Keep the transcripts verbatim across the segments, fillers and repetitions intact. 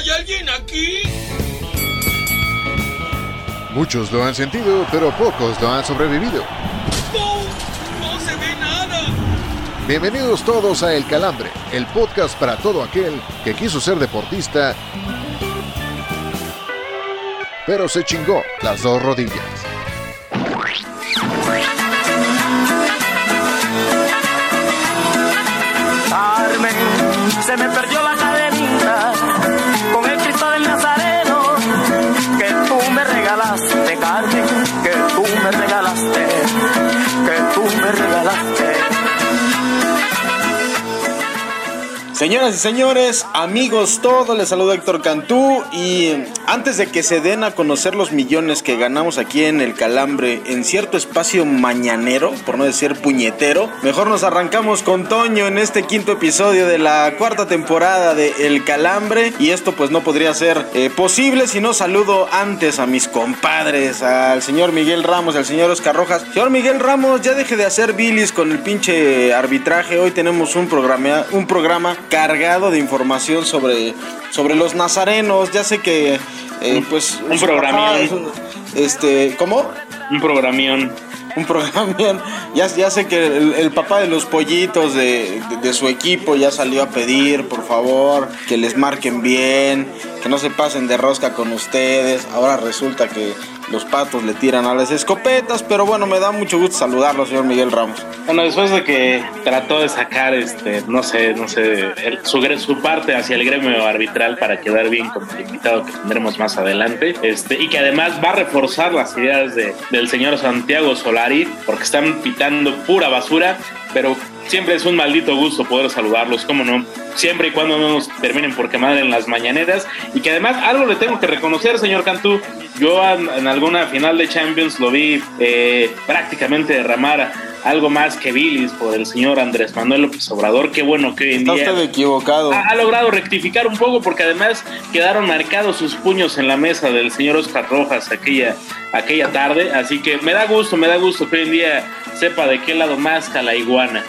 ¿Hay alguien aquí? Muchos lo han sentido, pero pocos lo han sobrevivido. ¡No! ¡No se ve nada! Bienvenidos todos a El Calambre, el podcast para todo aquel que quiso ser deportista, pero se chingó las dos rodillas. Carmen, se me perdió la cadenita con el Cristo del Nazareno que tú me regalaste, Carmen, que tú me regalaste, que tú me regalaste. Señoras y señores, amigos todos, les saluda Héctor Cantú y antes de que se den a conocer los millones que ganamos aquí en El Calambre en cierto espacio mañanero, por no decir puñetero, mejor nos arrancamos con Toño en este quinto episodio de la cuarta temporada de El Calambre y esto pues no podría ser eh, posible si no saludo antes a mis compadres, al señor Miguel Ramos, al señor Oscar Rojas. Señor Miguel Ramos, ya deje de hacer bilis con el pinche arbitraje, hoy tenemos un programa, un programa cargado de información sobre, sobre los nazarenos. Ya sé que eh, pues un programión. Este, ¿cómo? Un programión. Un programión. Ya, ya sé que el, el papá de los pollitos de, de, de su equipo ya salió a pedir, por favor, que les marquen bien, que no se pasen de rosca con ustedes. Ahora resulta que los patos le tiran a las escopetas, pero bueno, me da mucho gusto saludarlo, señor Miguel Ramos. Bueno, después de que trató de sacar, este, no sé, no sé, el, su, su parte hacia el gremio arbitral para quedar bien con el invitado que tendremos más adelante, este, y que además va a reforzar las ideas de, del señor Santiago Solari, porque están pitando pura basura, pero siempre es un maldito gusto poder saludarlos, cómo no, siempre y cuando no nos terminen por quemar en las mañaneras, y que además algo le tengo que reconocer, señor Cantú, yo en, en alguna final de Champions lo vi eh, prácticamente derramar algo más que bilis por el señor Andrés Manuel López Obrador. Qué bueno que hoy en Está día usted equivocado. Ha, ha logrado rectificar un poco, porque además quedaron marcados sus puños en la mesa del señor Oscar Rojas aquella, aquella tarde, así que me da gusto, me da gusto que hoy en día sepa de qué lado masca la iguana.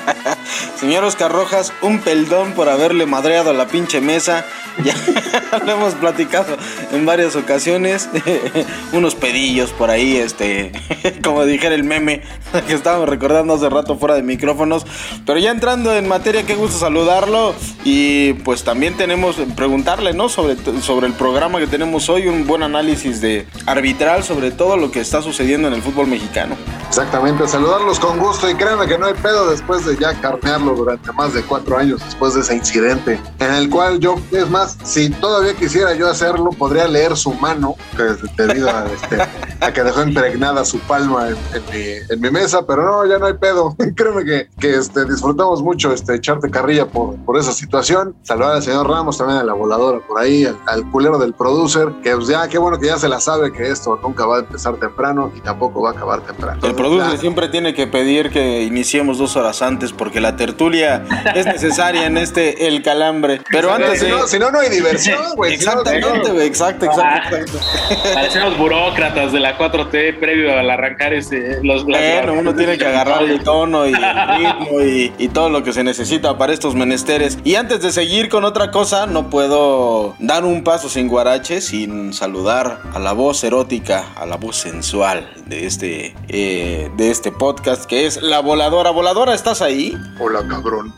Señor Oscar Rojas, un peldón por haberle madreado a la pinche mesa. Ya lo hemos platicado en varias ocasiones. Unos pedillos por ahí, este, como dijera el meme que estábamos recordando hace rato fuera de micrófonos. Pero ya entrando en materia, qué gusto saludarlo. Y pues también tenemos preguntarle, ¿no? Sobre, sobre el programa que tenemos hoy, un buen análisis de arbitral sobre todo lo que está sucediendo en el fútbol mexicano. Exactamente, saludarlos con gusto y créanme que no hay pedo después de ya carnearlo durante más de cuatro años después de ese incidente en el cual yo, es más, si todavía quisiera yo hacerlo, podría leer su mano, que debido a, este, a que dejó impregnada su palma en, en, mi, en mi mesa, pero no, ya no hay pedo. Créeme que, que este, disfrutamos mucho este, echarte carrilla por, por esa situación. Saludar al señor Ramos, también a la voladora por ahí, al, al culero del producer, que pues ya, qué bueno que ya se la sabe que esto nunca va a empezar temprano y tampoco va a acabar temprano. El producer ya siempre tiene que pedir que iniciemos dos horas antes porque la tertulia es necesaria en este El Calambre. Pero antes si, de... no, si no, no hay diversión, güey. Exactamente, güey, exacto, exacto, exacto. Parecemos burócratas de la cuatro T previo al arrancar ese, los... Bueno, uno tiene que agarrar el tono y el ritmo y, y todo lo que se necesita para estos menesteres. Y antes de seguir con otra cosa, no puedo dar un paso sin guarache sin saludar a la voz erótica, a la voz sensual de este, eh, de este podcast, que es la voladora. Voladora, ¿estás ahí? Hola, cabrón.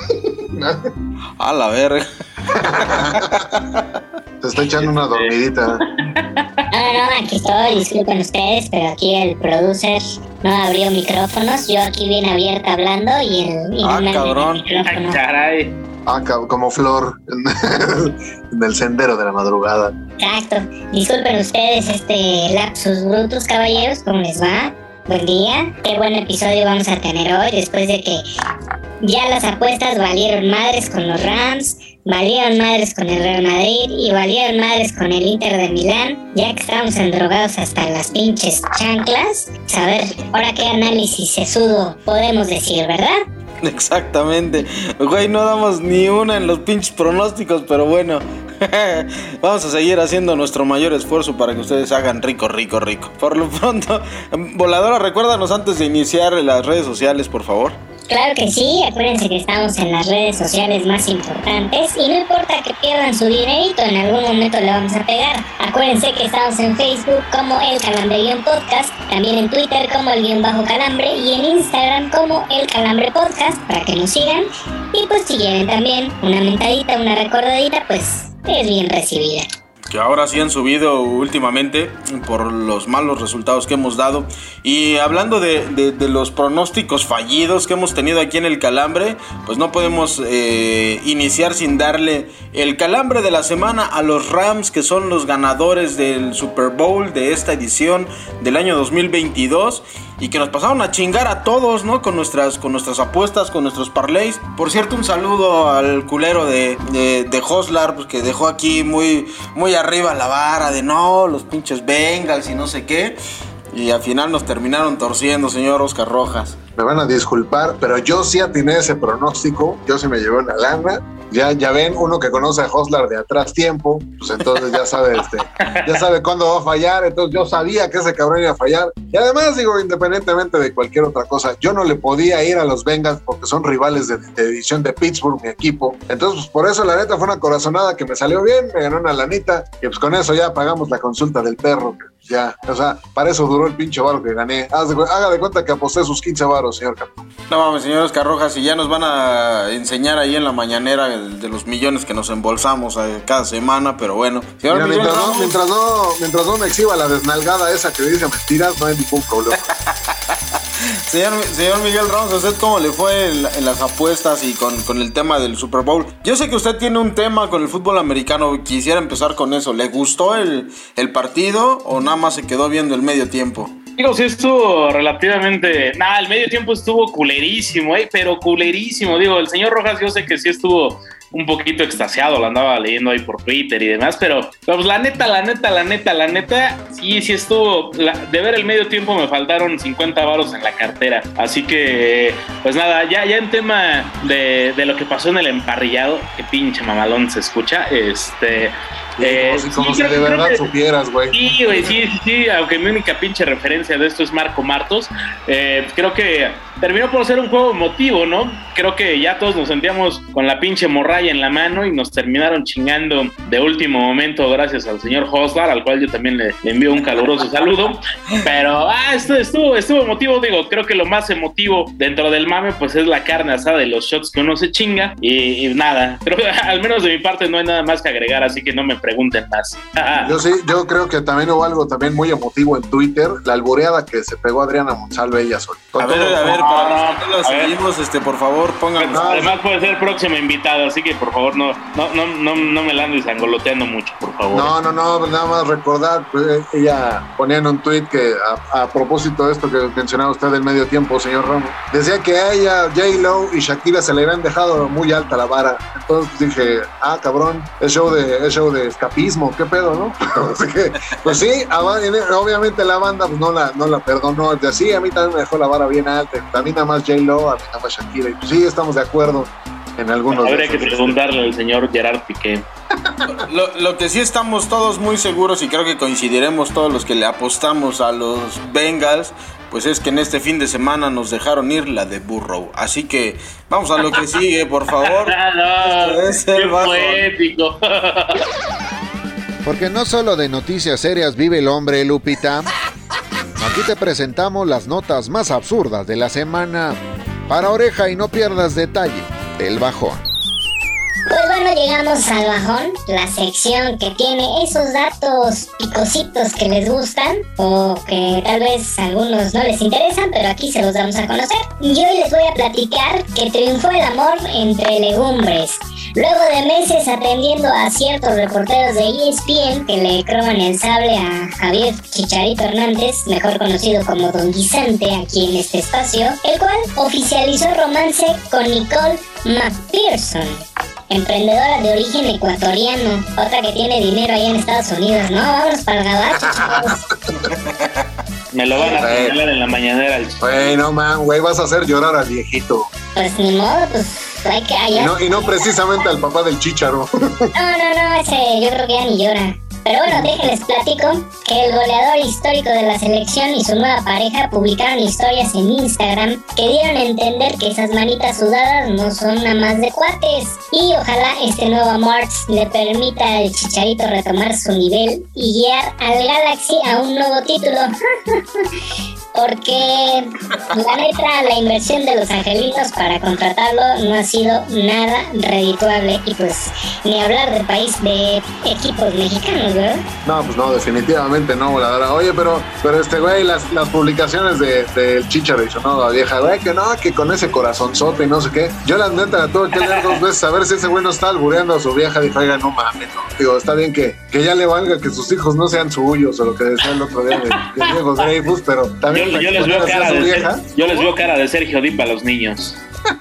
A la verga. Se está echando una dormidita. No, no, aquí estoy, disculpen ustedes, pero aquí el producer no abrió micrófonos. Yo aquí bien abierta hablando y el... Y ah, no cabrón. Ay, caray. Ah, como Flor en, en el sendero de la madrugada. Exacto. Disculpen ustedes este lapsus brutus, caballeros, ¿cómo les va? Buen día. Qué buen episodio vamos a tener hoy, después de que ya las apuestas valieron madres con los Rams, valieron madres con el Real Madrid y valieron madres con el Inter de Milán, ya que estamos endrogados hasta las pinches chanclas. Pues a ver, ahora qué análisis sesudo podemos decir, ¿verdad? Exactamente. Güey, no damos ni una en los pinches pronósticos, pero bueno. Vamos a seguir haciendo nuestro mayor esfuerzo para que ustedes hagan rico, rico, rico. Por lo pronto, Voladora, recuérdanos antes de iniciar las redes sociales, por favor. Claro que sí, acuérdense que estamos en las redes sociales más importantes y no importa que pierdan su dinerito, en algún momento le vamos a pegar. Acuérdense que estamos en Facebook como El Calambre-Podcast, también en Twitter como El Guión Bajo Calambre y en Instagram como El Calambre Podcast para que nos sigan. Y pues si quieren también una mentadita, una recordadita, pues es bien recibida. Que ahora sí han subido últimamente por los malos resultados que hemos dado. Y hablando de, de, de los pronósticos fallidos que hemos tenido aquí en el Calambre, pues no podemos eh, iniciar sin darle el Calambre de la semana a los Rams, que son los ganadores del Super Bowl de esta edición del año dos mil veintidós. Y que nos pasaron a chingar a todos, ¿no? Con nuestras, con nuestras apuestas, con nuestros parlays. Por cierto, un saludo al culero de, de, de Hoslar, pues, que dejó aquí muy, muy arriba la vara de no, los pinches Bengals y no sé qué. Y al final nos terminaron torciendo, señor Oscar Rojas. Me van a disculpar, pero yo sí atiné ese pronóstico. Yo sí me llevé una lana. Ya, ya ven, uno que conoce a Hoslar de atrás tiempo, pues entonces ya sabe, este, ya sabe cuándo va a fallar. Entonces yo sabía que ese cabrón iba a fallar. Y además, digo, independientemente de cualquier otra cosa, yo no le podía ir a los Bengals porque son rivales de, de división de Pittsburgh, mi equipo. Entonces, pues por eso la neta fue una corazonada que me salió bien, me ganó una lanita, y pues con eso ya pagamos la consulta del perro. Ya, o sea, para eso duró el pinche varo que gané. Haga de cuenta que aposté sus quince varos, señor Capitán. No mames, señor Oscar Rojas, y ya nos van a enseñar ahí en la mañanera de los millones que nos embolsamos cada semana, pero bueno. Señor Mira, mientras, no, mientras, no, mientras no me exhiba la desnalgada esa que dice mentiras, no hay ningún problema. Señor, señor Miguel Ramos, ¿a usted cómo le fue en, en las apuestas y con, con el tema del Super Bowl? Yo sé que usted tiene un tema con el fútbol americano, quisiera empezar con eso. ¿Le gustó el, el partido o nada más se quedó viendo el medio tiempo? Digo, sí estuvo relativamente... Nada, el medio tiempo estuvo culerísimo, eh, pero culerísimo. Digo, el señor Rojas yo sé que sí estuvo un poquito extasiado, lo andaba leyendo ahí por Twitter y demás, pero pues la neta, la neta, la neta, la neta, sí, sí estuvo... La, de ver el medio tiempo me faltaron cincuenta varos en la cartera. Así que, pues nada, ya, ya en tema de, de lo que pasó en el emparrillado, que pinche mamalón se escucha, este... Sí, eh, como si, como sí, si de verdad que, supieras, güey. Sí, güey, sí, sí, sí, aunque mi única pinche referencia de esto es Marco Martos, eh, creo que terminó por ser un juego emotivo, ¿no? Creo que ya todos nos sentíamos con la pinche morralla en la mano y nos terminaron chingando de último momento gracias al señor Hoslar, al cual yo también le, le envío un caluroso saludo, pero ah, esto estuvo, estuvo emotivo, digo, creo que lo más emotivo dentro del mame pues es la carne asada de los shots que uno se chinga y, y nada, pero al menos de mi parte no hay nada más que agregar, así que no me pregunten más. Yo sí, yo creo que también hubo algo también muy emotivo en Twitter, la albureada que se pegó Adriana Monsalve ella sola. A ver, a ver, para que lo seguimos, este, por favor, pónganlo. Pues, además puede ser próximo invitado, así que por favor no, no, no, no, no me la andes angoloteando mucho, por favor. No, no, no, nada más recordar, pues, ella ponía en un tweet que a, a propósito de esto que mencionaba usted del medio tiempo, señor Ramos, decía que a ella, J-Lo y Shakira se le habían dejado muy alta la vara. Entonces dije, ah, cabrón, es show de, es show de escapismo, qué pedo, ¿no? Así que, pues sí, obviamente la banda pues no la, no la perdonó. De así, a mí también me dejó la vara bien alta. A mí nada más J-Lo, a mí nada más Shakira. Y pues sí, estamos de acuerdo en algunos. Habría que preguntarle al señor Gerard Piqué. Lo, lo que sí estamos todos muy seguros y creo que coincidiremos todos los que le apostamos a los Bengals, pues es que en este fin de semana nos dejaron ir la de Burrow. Así que vamos a lo que sigue, por favor. No, es el fue épico. Porque no solo de noticias serias vive el hombre, Lupita. Aquí te presentamos las notas más absurdas de la semana. Para oreja y no pierdas detalle, el bajón. Pues bueno, llegamos al bajón, la sección que tiene esos datos picositos que les gustan o que tal vez a algunos no les interesan, pero aquí se los damos a conocer. Y hoy les voy a platicar que triunfó el amor entre legumbres. Luego de meses atendiendo a ciertos reporteros de E S P N que le croman el sable a Javier Chicharito Hernández, mejor conocido como Don Guisante aquí en este espacio, el cual oficializó romance con Nicole McPherson, emprendedora de origen ecuatoriano, otra que tiene dinero allá en Estados Unidos. No, vámonos para el gabacho, Me lo van a señalar en la mañanera. Güey, no man, güey, vas a hacer llorar al viejito. Pues ni modo, pues hay que allá. Y no, y no precisamente al papá del chícharo. No, no, no, ese yo creo que ya ni llora. Pero bueno, déjenles platico que el goleador histórico de la selección y su nueva pareja publicaron historias en Instagram que dieron a entender que esas manitas sudadas no son nada más de cuates. Y ojalá este nuevo amor le permita al Chicharito retomar su nivel y guiar al Galaxy a un nuevo título. Porque la neta, la inversión de los angelinos para contratarlo no ha sido nada redituable. Y pues ni hablar del país de equipos mexicanos, ¿verdad? No, pues no, definitivamente no, voladora. Oye, pero, pero este güey, las, las publicaciones del de Chicharo y su nueva vieja, güey, que no, que con ese corazonzote y no sé qué. Yo la neta la tuve que leer dos veces a ver si ese güey no está albureando a su vieja. Dije, oiga, no mames, no. Digo, está bien que, que ya le valga que sus hijos no sean suyos o lo que decía el otro día de, de Diego Dreyfus, pero también... Yo, yo, les veo cara de ser, yo les veo cara de Sergio Dip a los niños.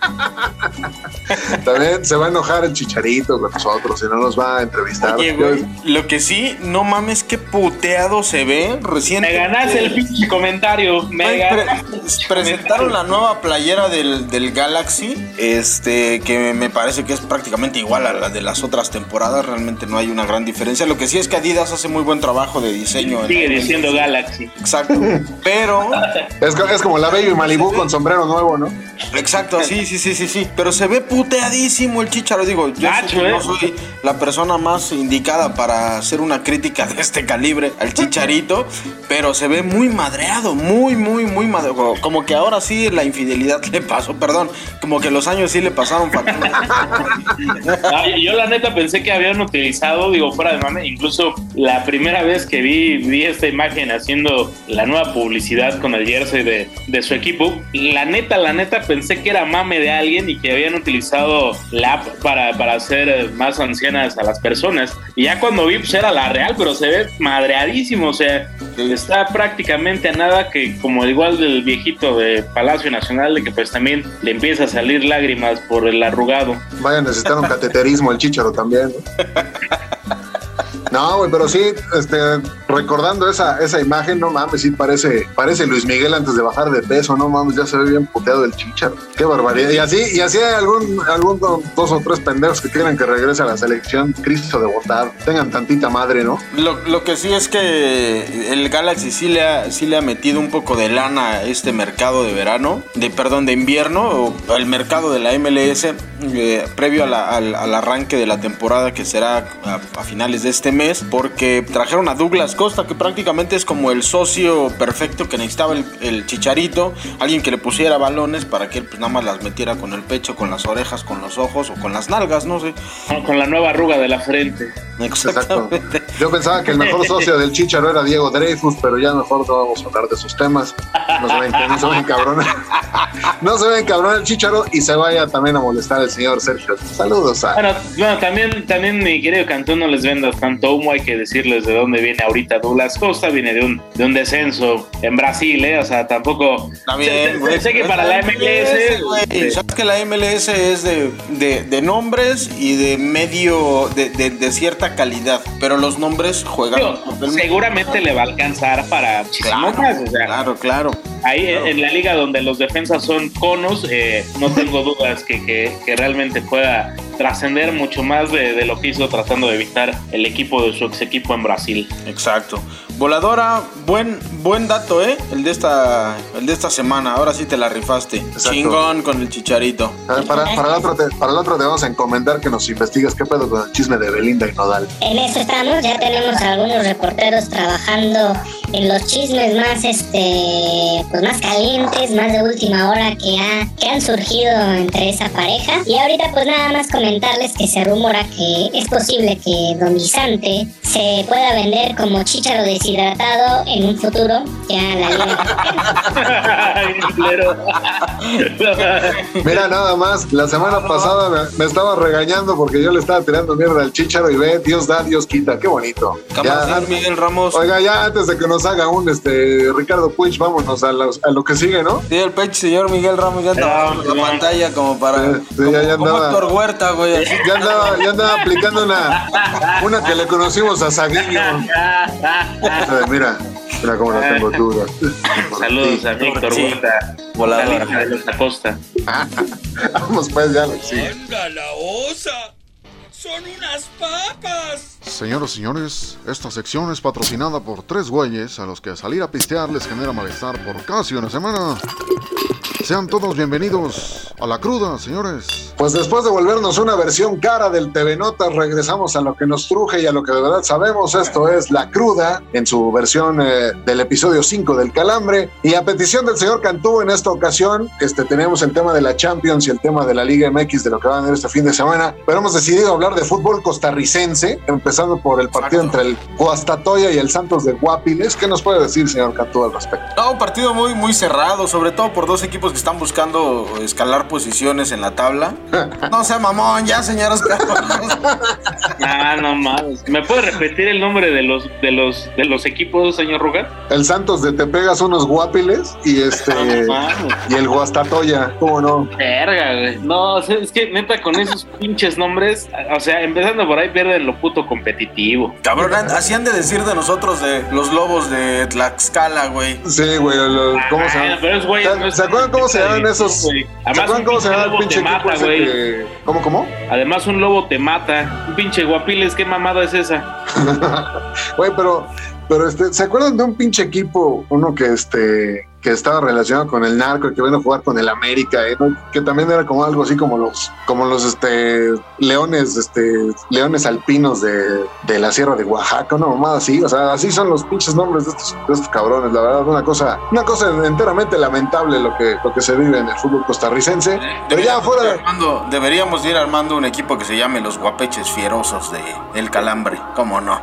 También se va a enojar el Chicharito con nosotros y no nos va a entrevistar. Oye, güey, lo que sí, no mames, qué puteado se ve recién. Me ganaste el pinche comentario. Me Ay, ganaste. pre presentaron la nueva playera del, del Galaxy, este, que me parece que es prácticamente igual a la de las otras temporadas. Realmente no hay una gran diferencia. Lo que sí es que Adidas hace muy buen trabajo de diseño. Sigue diciendo Galaxy. Exacto. Pero es, es como la Baby Malibu con sombrero nuevo, ¿no? Exacto, sí, sí, sí, sí, sí. Pero se ve puteadísimo el Chicharo. Digo, yo Nacho, sé que ¿eh? no soy la persona más indicada para hacer una crítica de este calibre al Chicharito, pero se ve muy madreado, muy, muy, muy madreado. Como que ahora sí la infidelidad le pasó, perdón, como que los años sí le pasaron factura. Ay, yo la neta pensé que habían utilizado, digo, fuera de mame, incluso la primera vez que vi, vi esta imagen haciendo la nueva publicidad con el jersey de, de su equipo, la neta, la neta pensé que era mame de alguien y que habían utilizado la app para, para hacer más ancianas a las personas. Y ya cuando vi, pues era la real, pero se ve madreadísimo, o sea, está prácticamente a nada que, como igual del viejito de Palacio Nacional, de que pues también le empieza a salir lágrimas por el arrugado. Vaya a necesitar un cateterismo el Chicharo también, ¿no? No, güey, pero sí, este, recordando esa, esa imagen, no mames, sí parece, parece Luis Miguel antes de bajar de peso, no mames, ya se ve bien puteado el Chicharo. Qué barbaridad. Y así, y así hay algún, algún dos o tres pendejos que quieren que regrese a la selección. Cristo de bondad, tengan tantita madre, ¿no? Lo, lo que sí es que el Galaxy sí le, ha, sí le ha metido un poco de lana a este mercado de verano, de perdón, de invierno, o el mercado de la M L S, eh, previo a la, al, al arranque de la temporada que será a, a finales de este mes. Porque trajeron a Douglas Costa, que prácticamente es como el socio perfecto que necesitaba el, el Chicharito, alguien que le pusiera balones para que él pues nada más las metiera con el pecho, con las orejas, con los ojos o con las nalgas, no sé. Con la nueva arruga de la frente. Exactamente. Exacto. Yo pensaba que el mejor socio del Chicharo era Diego Dreyfus, pero ya mejor no vamos a hablar de esos temas. No se ven, no se ven cabrón. No se ven cabrón el Chicharo y se vaya también a molestar el señor Sergio. Saludos a... Bueno, bueno también, también mi querido Cantú, no les vendas tanto humo, hay que decirles de dónde viene ahorita Douglas Costa, viene de un, de un descenso en Brasil, ¿eh? O sea, tampoco... Está bien, güey. Sé que para la M L S... Güey, sabes que la M L S es de, de, de nombres y de medio, de, de, de cierta calidad, pero los nombres juegan... Digo, seguramente le va a alcanzar para muchísimo claro, más, o sea, claro, claro. Ahí claro. En la liga donde los defensas son conos, eh, no tengo dudas que, que, que realmente pueda trascender mucho más de, de lo que hizo tratando de evitar el equipo de su ex equipo en Brasil. Exacto. Voladora, buen buen dato, ¿eh? El de esta el de esta semana. Ahora sí te la rifaste. Exacto. Chingón con el Chicharito. A ver, para, para, el otro te, para el otro te vamos a encomendar que nos investigues qué pedo con el chisme de Belinda y Nodal. En eso estamos, ya tenemos a algunos reporteros trabajando en los chismes más este pues más calientes, más de última hora que, ha, que han surgido entre esa pareja. Y ahorita pues nada más comentarles que se rumora que es posible que Don Guisante se pueda vender como Chicharo deshidratado en un futuro. Ya la liga. Mira, nada más, la semana pasada me, me estaba regañando porque yo le estaba tirando mierda al Chicharo y ve, Dios da, Dios quita, qué bonito. Ya, Miguel Ramos. Oiga, ya antes de que nos haga un este Ricardo Puig, vámonos a, los, a lo que sigue, ¿no? Sí, el pecho, señor Miguel Ramos ya andaba en la pantalla como para... Sí, sí, ya, ya como andaba, Héctor Huerta, güey. Así. Ya andaba, ya andaba aplicando una, una que le conocimos a Saguiño. Mira, mira cómo la tengo dura. Saludos a Víctor sí. Huerta, Voladora de los Acosta. Vamos pues, ya lo sí. ¡Venga la osa! ¡Son unas papas! Señoras y señores, esta sección es patrocinada por tres güeyes a los que salir a pistear les genera malestar por casi una semana. Sean todos bienvenidos a La Cruda, señores. Pues después de volvernos una versión cara del T V Notas, regresamos a lo que nos truje y a lo que de verdad sabemos. Esto es La Cruda, en su versión eh, del episodio cinco del Calambre. Y a petición del señor Cantú, en esta ocasión, este, tenemos el tema de la Champions y el tema de la Liga M X, de lo que va a venir este fin de semana. Pero hemos decidido hablar de fútbol costarricense, empezando por el partido entre el Guastatoya y el Santos de Guapiles. ¿Qué nos puede decir, señor Cantú, al respecto? No, un partido muy, muy cerrado, sobre todo por dos equipos que están buscando escalar posiciones en la tabla. No sea mamón, ya, señor Oscar. Ah, no mames. ¿Me puede repetir el nombre de los de los de los equipos, señor Rugal? El Santos de Te Pegas unos Guapiles y este No, y el Guastatoya, ¿cómo no? Verga, güey. No, o sea, es que neta con esos pinches nombres, o sea, empezando por ahí pierden lo puto competitivo. Cabrón, así han de decir de nosotros de los lobos de Tlaxcala, güey. Sí, güey, lo- ¿cómo se llama? Pero es güey, ¿Se, no es ¿se acuerdan cómo se llaman esos? güey. ¿Se Además, acuerdan un cómo se llama el lobo pinche te equipo mata, ese güey. que... ¿Cómo, cómo? Además un lobo te mata. Un pinche Guapiles, ¿qué mamada es esa? Güey, pero, pero este, ¿se acuerdan de un pinche equipo, uno que este que estaba relacionado con el narco y que vino a jugar con el América, eh, ¿no? Que también era como algo así como los, como los este leones, este, leones alpinos de, de la Sierra de Oaxaca, una mamada así, o sea, así son los pinches nombres de estos, de estos cabrones, la verdad, una cosa, una cosa enteramente lamentable lo que, lo que se vive en el fútbol costarricense, pero ya fuera de... Armando, deberíamos ir armando un equipo que se llame los Guapeches Fierosos de El Calambre, ¿cómo no?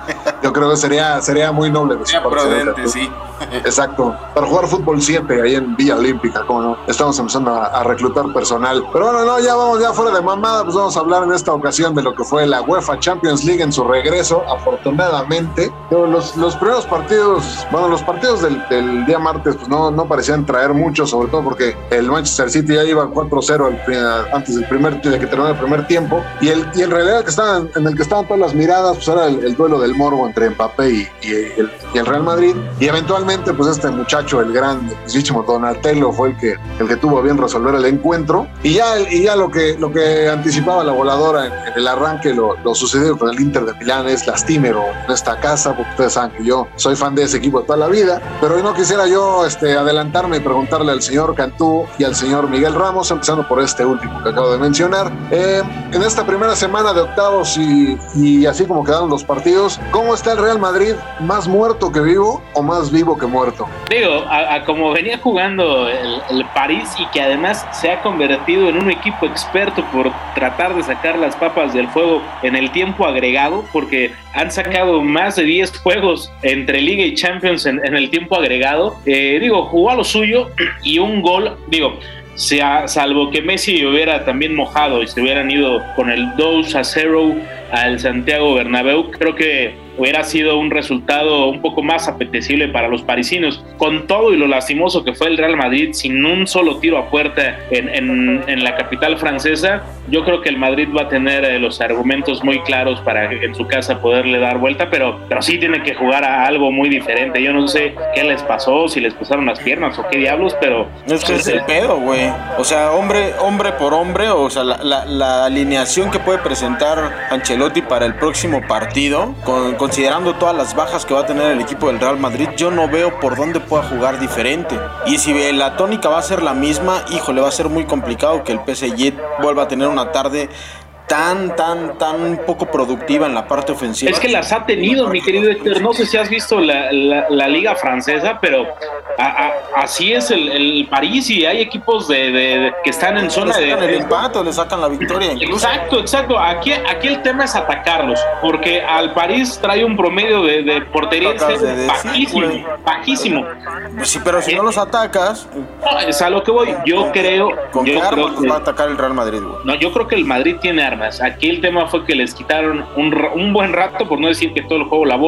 Yo creo que sería, sería muy noble de su Sería parte, prudente, ¿no? sí. Exacto, para jugar fútbol siete ahí en Villa Olímpica, ¿cómo no? Estamos empezando a, a reclutar personal. Pero bueno, no, ya vamos, ya fuera de mamada, pues vamos a hablar en esta ocasión de lo que fue la UEFA Champions League en su regreso, afortunadamente. Pero los, los primeros partidos, bueno, los partidos del, del día martes, pues no, no parecían traer mucho, sobre todo porque el Manchester City ya iba cuatro cero al pri- antes del primer, de que terminara el primer tiempo, y el, y en realidad que estaban, en el que estaban todas las miradas, pues era el, el duelo del morbo entre Mbappé y, y, el, y el Real Madrid, y eventualmente pues este muchacho, el gran, el mismísimo Donatello, fue el que, el que tuvo a bien resolver el encuentro, y ya, y ya lo que, lo que anticipaba la voladora en, en el arranque, lo, lo sucedido con el Inter de Milán es lastimero en esta casa, porque ustedes saben que yo soy fan de ese equipo de toda la vida, pero no quisiera yo este, adelantarme y preguntarle al señor Cantú y al señor Miguel Ramos, empezando por este último que acabo de mencionar, eh, en esta primera semana de octavos y, y así como quedaron los partidos, ¿cómo está el Real Madrid? ¿Más muerto que vivo o más vivo que muerto? Digo, a, a como venía jugando el, el París y que además se ha convertido en un equipo experto por tratar de sacar las papas del fuego en el tiempo agregado, porque han sacado más de diez juegos entre Liga y Champions en, en el tiempo agregado. Eh, digo, jugó a lo suyo y un gol, digo, sea, salvo que Messi hubiera también mojado y se hubieran ido con el dos a cero al Santiago Bernabéu, creo que hubiera sido un resultado un poco más apetecible para los parisinos. Con todo y lo lastimoso que fue el Real Madrid, sin un solo tiro a puerta en, en, en la capital francesa, yo creo que el Madrid va a tener eh, los argumentos muy claros para en su casa poderle dar vuelta, pero, pero sí tienen que jugar a algo muy diferente. Yo no sé qué les pasó, si les pasaron las piernas o qué diablos, pero... Es que es el pedo, güey. O sea, hombre, hombre por hombre, o sea, la, la, la alineación que puede presentar Ancelotti para el próximo partido, con, considerando todas las bajas que va a tener el equipo del Real Madrid, yo no veo por dónde pueda jugar diferente. Y si la tónica va a ser la misma, híjole, va a ser muy complicado que el P S G vuelva a tener una tarde tan, tan, tan poco productiva en la parte ofensiva. Es que las ha tenido, mi querido Héctor. No sé si has visto la, la, la liga francesa, pero a, a, así es el, el París, y hay equipos de, de, de que están en zona de... Le sacan el empate o le sacan la victoria incluso. Exacto, exacto. Aquí, aquí el tema es atacarlos, porque al París trae un promedio de, de portería de bajísimo, decir, bajísimo. Pues sí, pero si no los atacas... No, es a lo que voy. Yo ¿con creo... ¿Con yo qué creo armas que, va a atacar el Real Madrid, güey? No, yo creo que el Madrid tiene armas. Aquí el tema fue que les quitaron un, un buen rato, por no decir que todo el juego, la bola,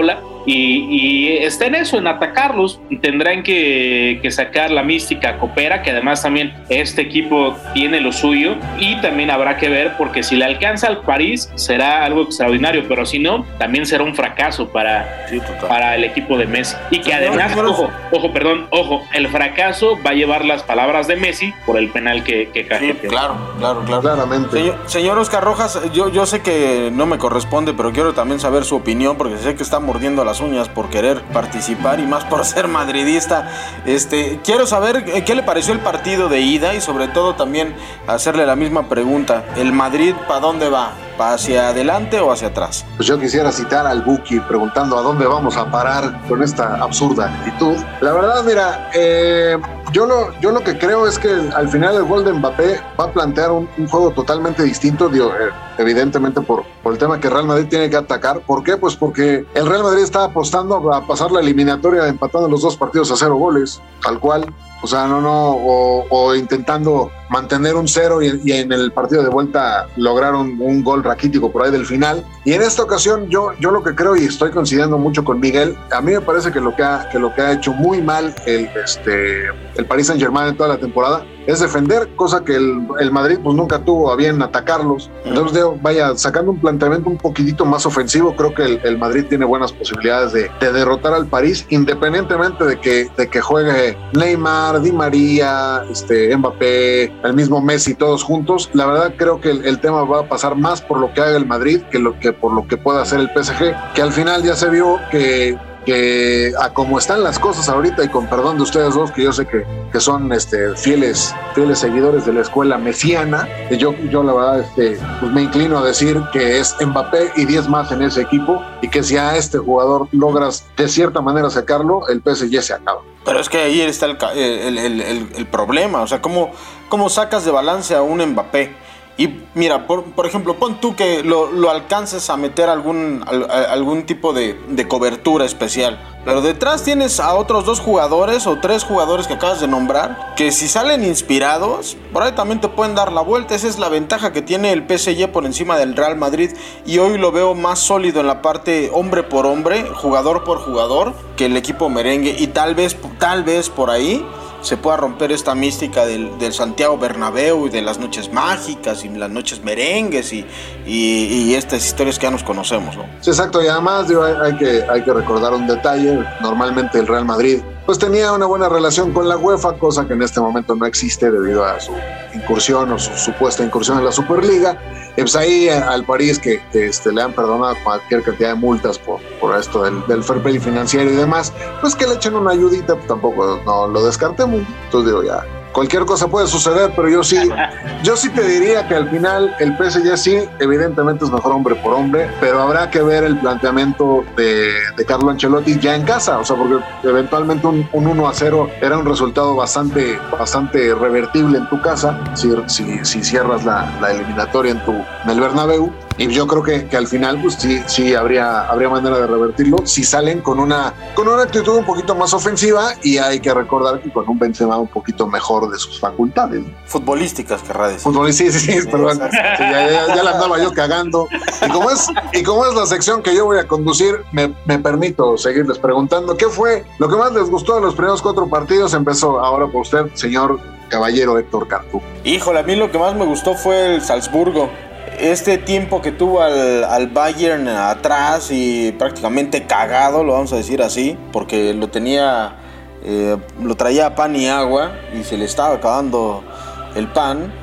y, y está en eso, en atacarlos. Tendrán que, que sacar la mística copera, que además también este equipo tiene lo suyo, y también habrá que ver, porque si le alcanza al París será algo extraordinario, pero si no, también será un fracaso para, sí, para el equipo de Messi. Y que además, ojo, ojo, perdón, ojo, el fracaso va a llevar las palabras de Messi por el penal que, que cajeteó. Sí, claro, claro, claro. Claramente. Señor, señor Oscar Rojas, yo, yo sé que no me corresponde, pero quiero también saber su opinión, porque sé que está mordiendo las uñas por querer participar y más por ser madridista. Este, quiero saber qué le pareció el partido de ida y sobre todo también hacerle la misma pregunta. ¿El Madrid para dónde va? ¿Va hacia adelante o hacia atrás? Pues yo quisiera citar al Buki preguntando a dónde vamos a parar con esta absurda actitud. La verdad, mira, eh, yo, lo, yo lo que creo es que al final el gol de Mbappé va a plantear un, un juego totalmente distinto, digo, eh, evidentemente por, por el tema que Real Madrid tiene que atacar. ¿Por qué? Pues porque el Real Madrid está apostando a pasar la eliminatoria empatando los dos partidos a cero goles, tal cual. O sea, no, no, o, o intentando mantener un cero y, y en el partido de vuelta lograr un, un gol raquítico por ahí del final. Y en esta ocasión yo, yo lo que creo, y estoy coincidiendo mucho con Miguel, a mí me parece que lo que ha, que lo que ha hecho muy mal el, este, el Paris Saint-Germain en toda la temporada es defender, cosa que el, el Madrid pues nunca tuvo a bien atacarlos. Entonces, digo, vaya, sacando un planteamiento un poquitito más ofensivo, creo que el, el Madrid tiene buenas posibilidades de, de derrotar al París, independientemente de que, de que juegue Neymar, Di María, este, Mbappé, el mismo Messi, todos juntos. La verdad creo que el, el tema va a pasar más por lo que haga el Madrid que, lo que por lo que pueda hacer el P S G, que al final ya se vio que que a como están las cosas ahorita, y con perdón de ustedes dos, que yo sé que, que son este, fieles, fieles seguidores de la escuela mesiana, yo, yo la verdad este, pues me inclino a decir que es Mbappé y diez más en ese equipo, y que si a este jugador logras de cierta manera sacarlo, el P S G se acaba. Pero es que ahí está el, el, el, el, el problema, o sea, ¿cómo, cómo sacas de balance a un Mbappé? Y mira, por, por ejemplo, pon tú que lo, lo alcances a meter algún, al, a, algún tipo de, de cobertura especial, pero detrás tienes a otros dos jugadores o tres jugadores que acabas de nombrar, que si salen inspirados, por ahí también te pueden dar la vuelta. Esa es la ventaja que tiene el P S G por encima del Real Madrid, y hoy lo veo más sólido en la parte hombre por hombre, jugador por jugador, que el equipo merengue, y tal vez, tal vez por ahí se pueda romper esta mística del, del Santiago Bernabéu y de las noches mágicas y las noches merengues y, y, y estas historias que ya nos conocemos, ¿no? Sí, exacto, y además digo, hay, hay, que, hay que recordar un detalle. Normalmente el Real Madrid pues tenía una buena relación con la UEFA, cosa que en este momento no existe debido a su incursión o su supuesta incursión en la Superliga. Y pues ahí al París que, que este, le han perdonado cualquier cantidad de multas por, por esto del, del fair play financiero y demás, pues que le echen una ayudita, pues tampoco no lo descartemos. Entonces digo, ya, cualquier cosa puede suceder, pero yo sí, yo sí te diría que al final el P S G sí, evidentemente es mejor hombre por hombre, pero habrá que ver el planteamiento de, de Carlo Ancelotti ya en casa, o sea, porque eventualmente un, un uno a cero era un resultado bastante, bastante revertible en tu casa, si, si, si cierras la, la eliminatoria en, tu, en el Bernabéu. Y yo creo que, que al final pues sí, sí habría, habría manera de revertirlo si salen con una, con una actitud un poquito más ofensiva, y hay que recordar que con un Benzema un poquito mejor de sus facultades. Futbolísticas, querrá decir. Futbolísticas, sí, sí, sí, perdón. Sí, ya, ya, ya la andaba yo cagando. Y como es, y como es la sección que yo voy a conducir, me, me permito seguirles preguntando qué fue lo que más les gustó de los primeros cuatro partidos. Empezó ahora por usted, señor caballero Héctor Cantú. Híjole, a mí lo que más me gustó fue el Salzburgo. Este tiempo que tuvo al, al Bayern atrás y prácticamente cagado, lo vamos a decir así, porque lo tenía, eh, lo traía a pan y agua y se le estaba acabando el pan.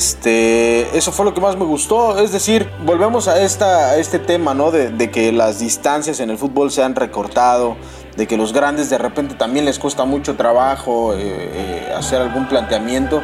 Este, eso fue lo que más me gustó. Es decir, volvemos a, esta, a este tema, ¿no? De, de que las distancias en el fútbol se han recortado, de que los grandes de repente también les cuesta mucho trabajo eh, eh, hacer algún planteamiento.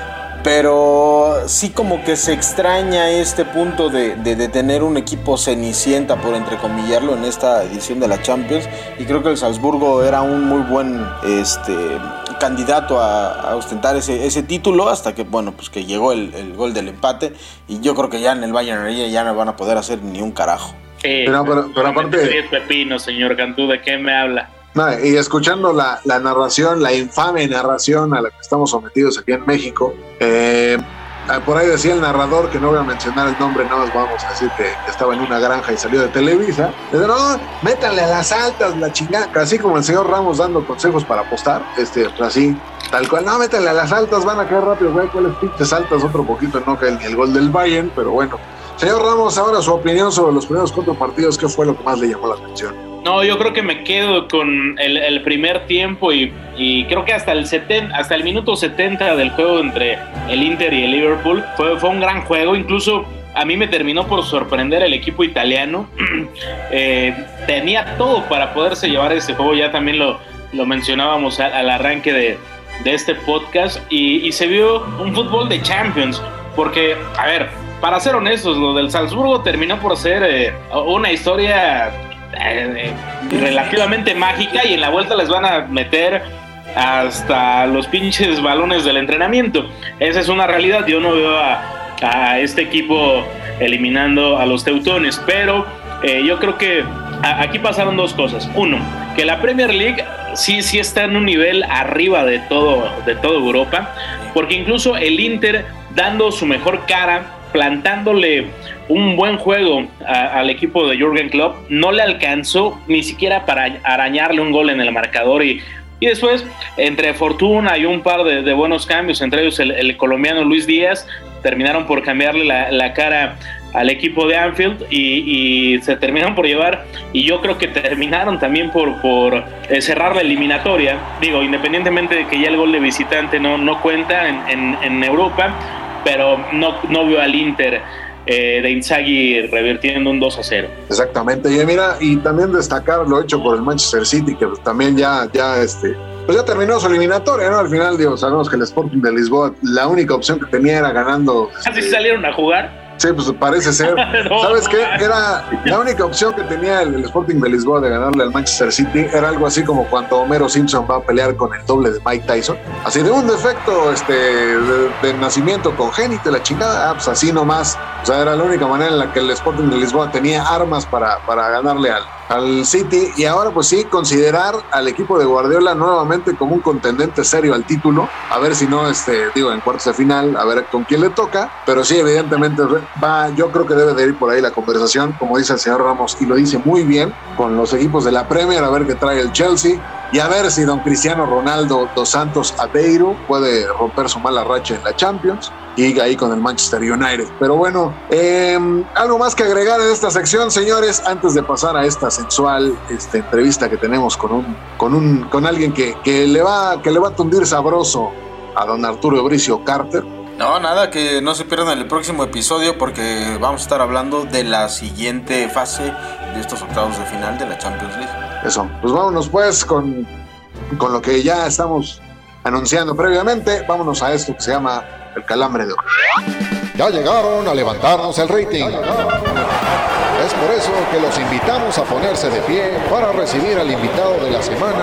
Pero sí como que se extraña este punto de, de, de tener un equipo cenicienta, por entrecomillarlo, en esta edición de la Champions. Y creo que el Salzburgo era un muy buen este, candidato a, a ostentar ese, ese título, hasta que, bueno, pues que llegó el, el gol del empate. Y yo creo que ya en el Bayern ya no van a poder hacer ni un carajo. Sí, pero, pero, pero aparte... es pepino, señor Cantú, ¿de qué me habla? No, y escuchando la, la narración, la infame narración a la que estamos sometidos aquí en México, eh, por ahí decía el narrador, que no voy a mencionar el nombre, nada más vamos a decir que estaba en una granja y salió de Televisa. Dice, no, métanle a las altas, la chingada, así como el señor Ramos dando consejos para apostar, este, así, tal cual, no, métanle a las altas, van a caer rápido, güey, cuáles pinches altas, otro poquito no cae ni el gol del Bayern, pero bueno. Señor Ramos, ahora su opinión sobre los primeros cuatro partidos, ¿qué fue lo que más le llamó la atención? No, yo creo que me quedo con el, el primer tiempo y, y creo que hasta el setenta, hasta el minuto setenta del juego entre el Inter y el Liverpool fue, fue un gran juego. Incluso a mí me terminó por sorprender el equipo italiano. eh, tenía todo para poderse llevar ese juego, ya también lo, lo mencionábamos al, al arranque de, de este podcast, y, y se vio un fútbol de Champions, porque, a ver, para ser honestos, lo del Salzburgo terminó por ser eh, una historia eh, relativamente mágica, y en la vuelta les van a meter hasta los pinches balones del entrenamiento. Esa es una realidad. Yo no veo a, a este equipo eliminando a los teutones, pero eh, yo creo que a, aquí pasaron dos cosas. Uno, que la Premier League sí, sí está en un nivel arriba de todo, de toda Europa, porque incluso el Inter, dando su mejor cara, plantándole un buen juego a, al equipo de Jürgen Klopp, no le alcanzó ni siquiera para arañarle un gol en el marcador, y, y después, entre fortuna y un par de, de buenos cambios, entre ellos el, el colombiano Luis Díaz, terminaron por cambiarle la, la cara al equipo de Anfield, y, y se terminaron por llevar, y yo creo que terminaron también por, por eh, cerrar la eliminatoria. Digo, independientemente de que ya el gol de visitante no, no cuenta en, en, en Europa, pero no, no veo al Inter eh, de Inzaghi revirtiendo un dos a cero. Exactamente, y mira, y también destacar lo hecho por el Manchester City, que también ya, ya, este, pues ya terminó su eliminatoria, ¿no? Al final, digo, sabemos que el Sporting de Lisboa, la única opción que tenía era ganando. ¿Así este, salieron a jugar? Sí, pues parece ser. no, ¿Sabes qué? Era la única opción que tenía el, el Sporting de Lisboa de ganarle al Manchester City. Era algo así como cuando Homero Simpson va a pelear con el doble de Mike Tyson. Así de un defecto este, de, de nacimiento congénito, la chingada, ah, pues así nomás. O sea, era la única manera en la que el Sporting de Lisboa tenía armas para, para ganarle al, al City. Y ahora pues sí, considerar al equipo de Guardiola nuevamente como un contendente serio al título. A ver si no, este, digo, en cuartos de final, a ver con quién le toca. Pero sí, evidentemente va, yo creo que debe de ir por ahí la conversación, como dice el señor Ramos, y lo dice muy bien, con los equipos de la Premier, a ver qué trae el Chelsea, y a ver si don Cristiano Ronaldo dos Santos Aveiro puede romper su mala racha en la Champions, y ahí con el Manchester United. Pero bueno, eh, algo más que agregar en esta sección, señores, antes de pasar a esta sensual este, entrevista que tenemos con un, con un, con alguien que, que le va, que le va a tundir sabroso a don Arturo Bricio Carter. No, nada, que no se pierdan el próximo episodio, porque vamos a estar hablando de la siguiente fase de estos octavos de final de la Champions League. Eso, pues vámonos pues con, con lo que ya estamos anunciando previamente. Vámonos a esto que se llama el calambre de oro. Ya llegaron a levantarnos el rating. Es por eso que los invitamos a ponerse de pie para recibir al invitado de la semana,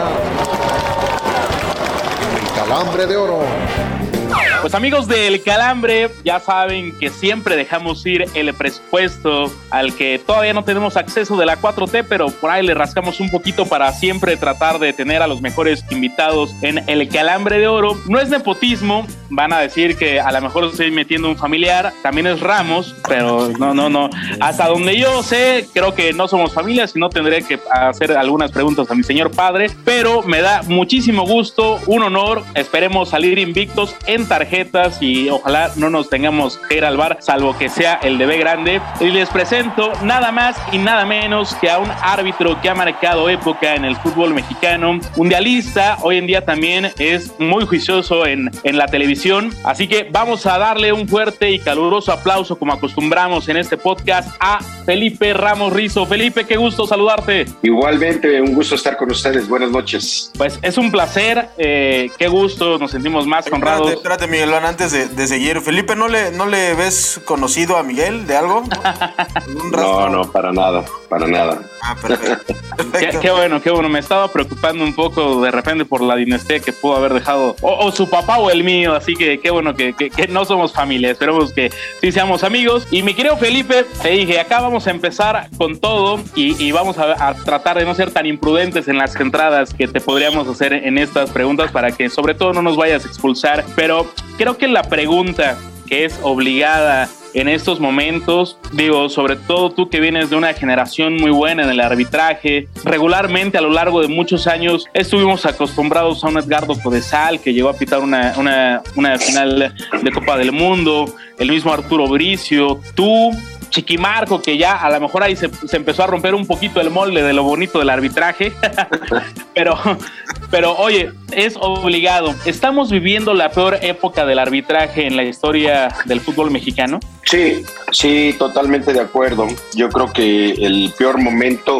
el calambre de oro. Pues amigos del Calambre, ya saben que siempre dejamos ir el presupuesto al que todavía no tenemos acceso de la cuatro T, pero por ahí le rascamos un poquito para siempre tratar de tener a los mejores invitados en el Calambre de Oro. No es nepotismo, van a decir que a lo mejor estoy metiendo un familiar, también es Ramos, pero no, no, no. Hasta donde yo sé, creo que no somos familia, sino tendré que hacer algunas preguntas a mi señor padre, pero me da muchísimo gusto, un honor, esperemos salir invictos en tarjetas y ojalá no nos tengamos que ir al bar, salvo que sea el de B grande. Y les presento nada más y nada menos que a un árbitro que ha marcado época en el fútbol mexicano, mundialista, hoy en día también es muy juicioso en, en la televisión, así que vamos a darle un fuerte y caluroso aplauso, como acostumbramos en este podcast, a Felipe Ramos Rizo. Felipe, qué gusto saludarte. Igualmente, un gusto estar con ustedes, buenas noches. Pues es un placer, eh, qué gusto, nos sentimos más honrados. Espérate, espérate Miguelón, antes de, de seguir, Felipe, ¿no le, ¿no le ves conocido a Miguel de algo? No, no, para nada, para nada. Ah, perfecto. Qué, qué bueno, qué bueno, me estaba preocupando un poco de repente por la dinastía que pudo haber dejado, o, o su papá o el mío, así que qué bueno que, que, que no somos familia, esperemos que sí seamos amigos. Y mi querido Felipe, te dije, acá vamos a empezar con todo y, y vamos a, a tratar de no ser tan imprudentes en las entradas que te podríamos hacer en estas preguntas para que sobre todo no nos vayas a expulsar, pero creo que la pregunta que es obligada en estos momentos, digo, sobre todo tú que vienes de una generación muy buena en el arbitraje, regularmente a lo largo de muchos años estuvimos acostumbrados a un Edgardo Codesal que llegó a pitar una, una, una final de Copa del Mundo, el mismo Arturo Bricio, tú, Chiquimarco, que ya a lo mejor ahí se, se empezó a romper un poquito el molde de lo bonito del arbitraje, pero, pero oye, es obligado. ¿Estamos viviendo la peor época del arbitraje en la historia del fútbol mexicano? Sí, sí, totalmente de acuerdo. Yo creo que el peor momento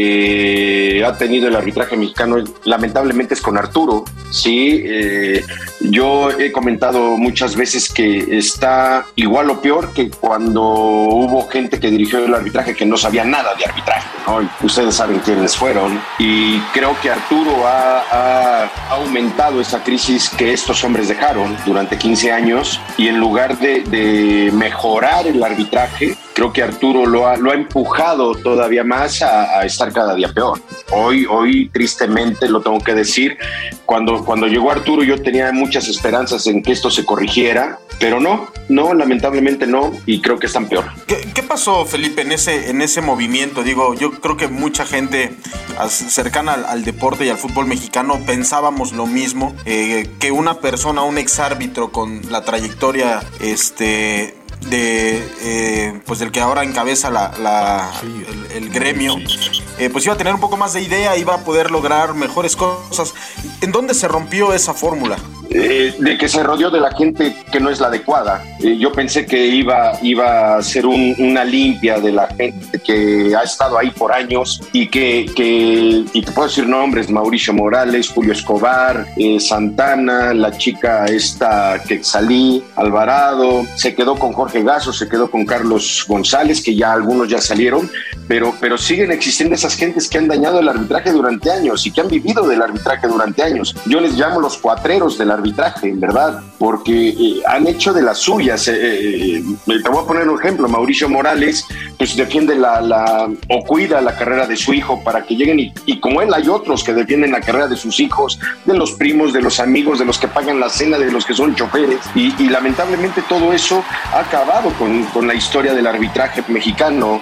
que ha tenido el arbitraje mexicano lamentablemente es con Arturo. Sí, eh, yo he comentado muchas veces que está igual o peor que cuando hubo gente que dirigió el arbitraje que no sabía nada de arbitraje, ¿no? Ustedes saben quiénes fueron, y creo que Arturo ha, ha aumentado esa crisis que estos hombres dejaron durante quince años, y en lugar de, de mejorar el arbitraje, creo que Arturo lo ha, lo ha empujado todavía más a, a estar cada día peor. Hoy, hoy tristemente lo tengo que decir, cuando, cuando llegó Arturo yo tenía muchas esperanzas en que esto se corrigiera, pero no, no, lamentablemente no, y creo que están peor. ¿Qué, qué pasó, Felipe, en ese, en ese movimiento? Digo, yo creo que mucha gente cercana al, al deporte y al fútbol mexicano pensábamos lo mismo, eh, que una persona, un exárbitro con la trayectoria este de eh, pues del que ahora encabeza la, la el, el gremio, eh, pues iba a tener un poco más de idea, iba a poder lograr mejores cosas. ¿En dónde se rompió esa fórmula? Eh, de que se rodeó de la gente que no es la adecuada. Eh, yo pensé que iba, iba a ser un, una limpia de la gente que ha estado ahí por años y que, que y te puedo decir nombres: Mauricio Morales, Julio Escobar, eh, Santana, la chica esta Quexalí, Alvarado, se quedó con Jorge Gasso, se quedó con Carlos González, que ya algunos ya salieron, pero, pero siguen existiendo esas gentes que han dañado el arbitraje durante años y que han vivido del arbitraje durante años. Yo les llamo los cuatreros del arbitraje, en verdad, porque eh, han hecho de las suyas. Eh, eh, te voy a poner un ejemplo: Mauricio Morales pues defiende la, la o cuida la carrera de su hijo para que lleguen, y, y como él hay otros que defienden la carrera de sus hijos, de los primos, de los amigos, de los que pagan la cena, de los que son choferes, y, y lamentablemente todo eso ha acabado con, con la historia del arbitraje mexicano,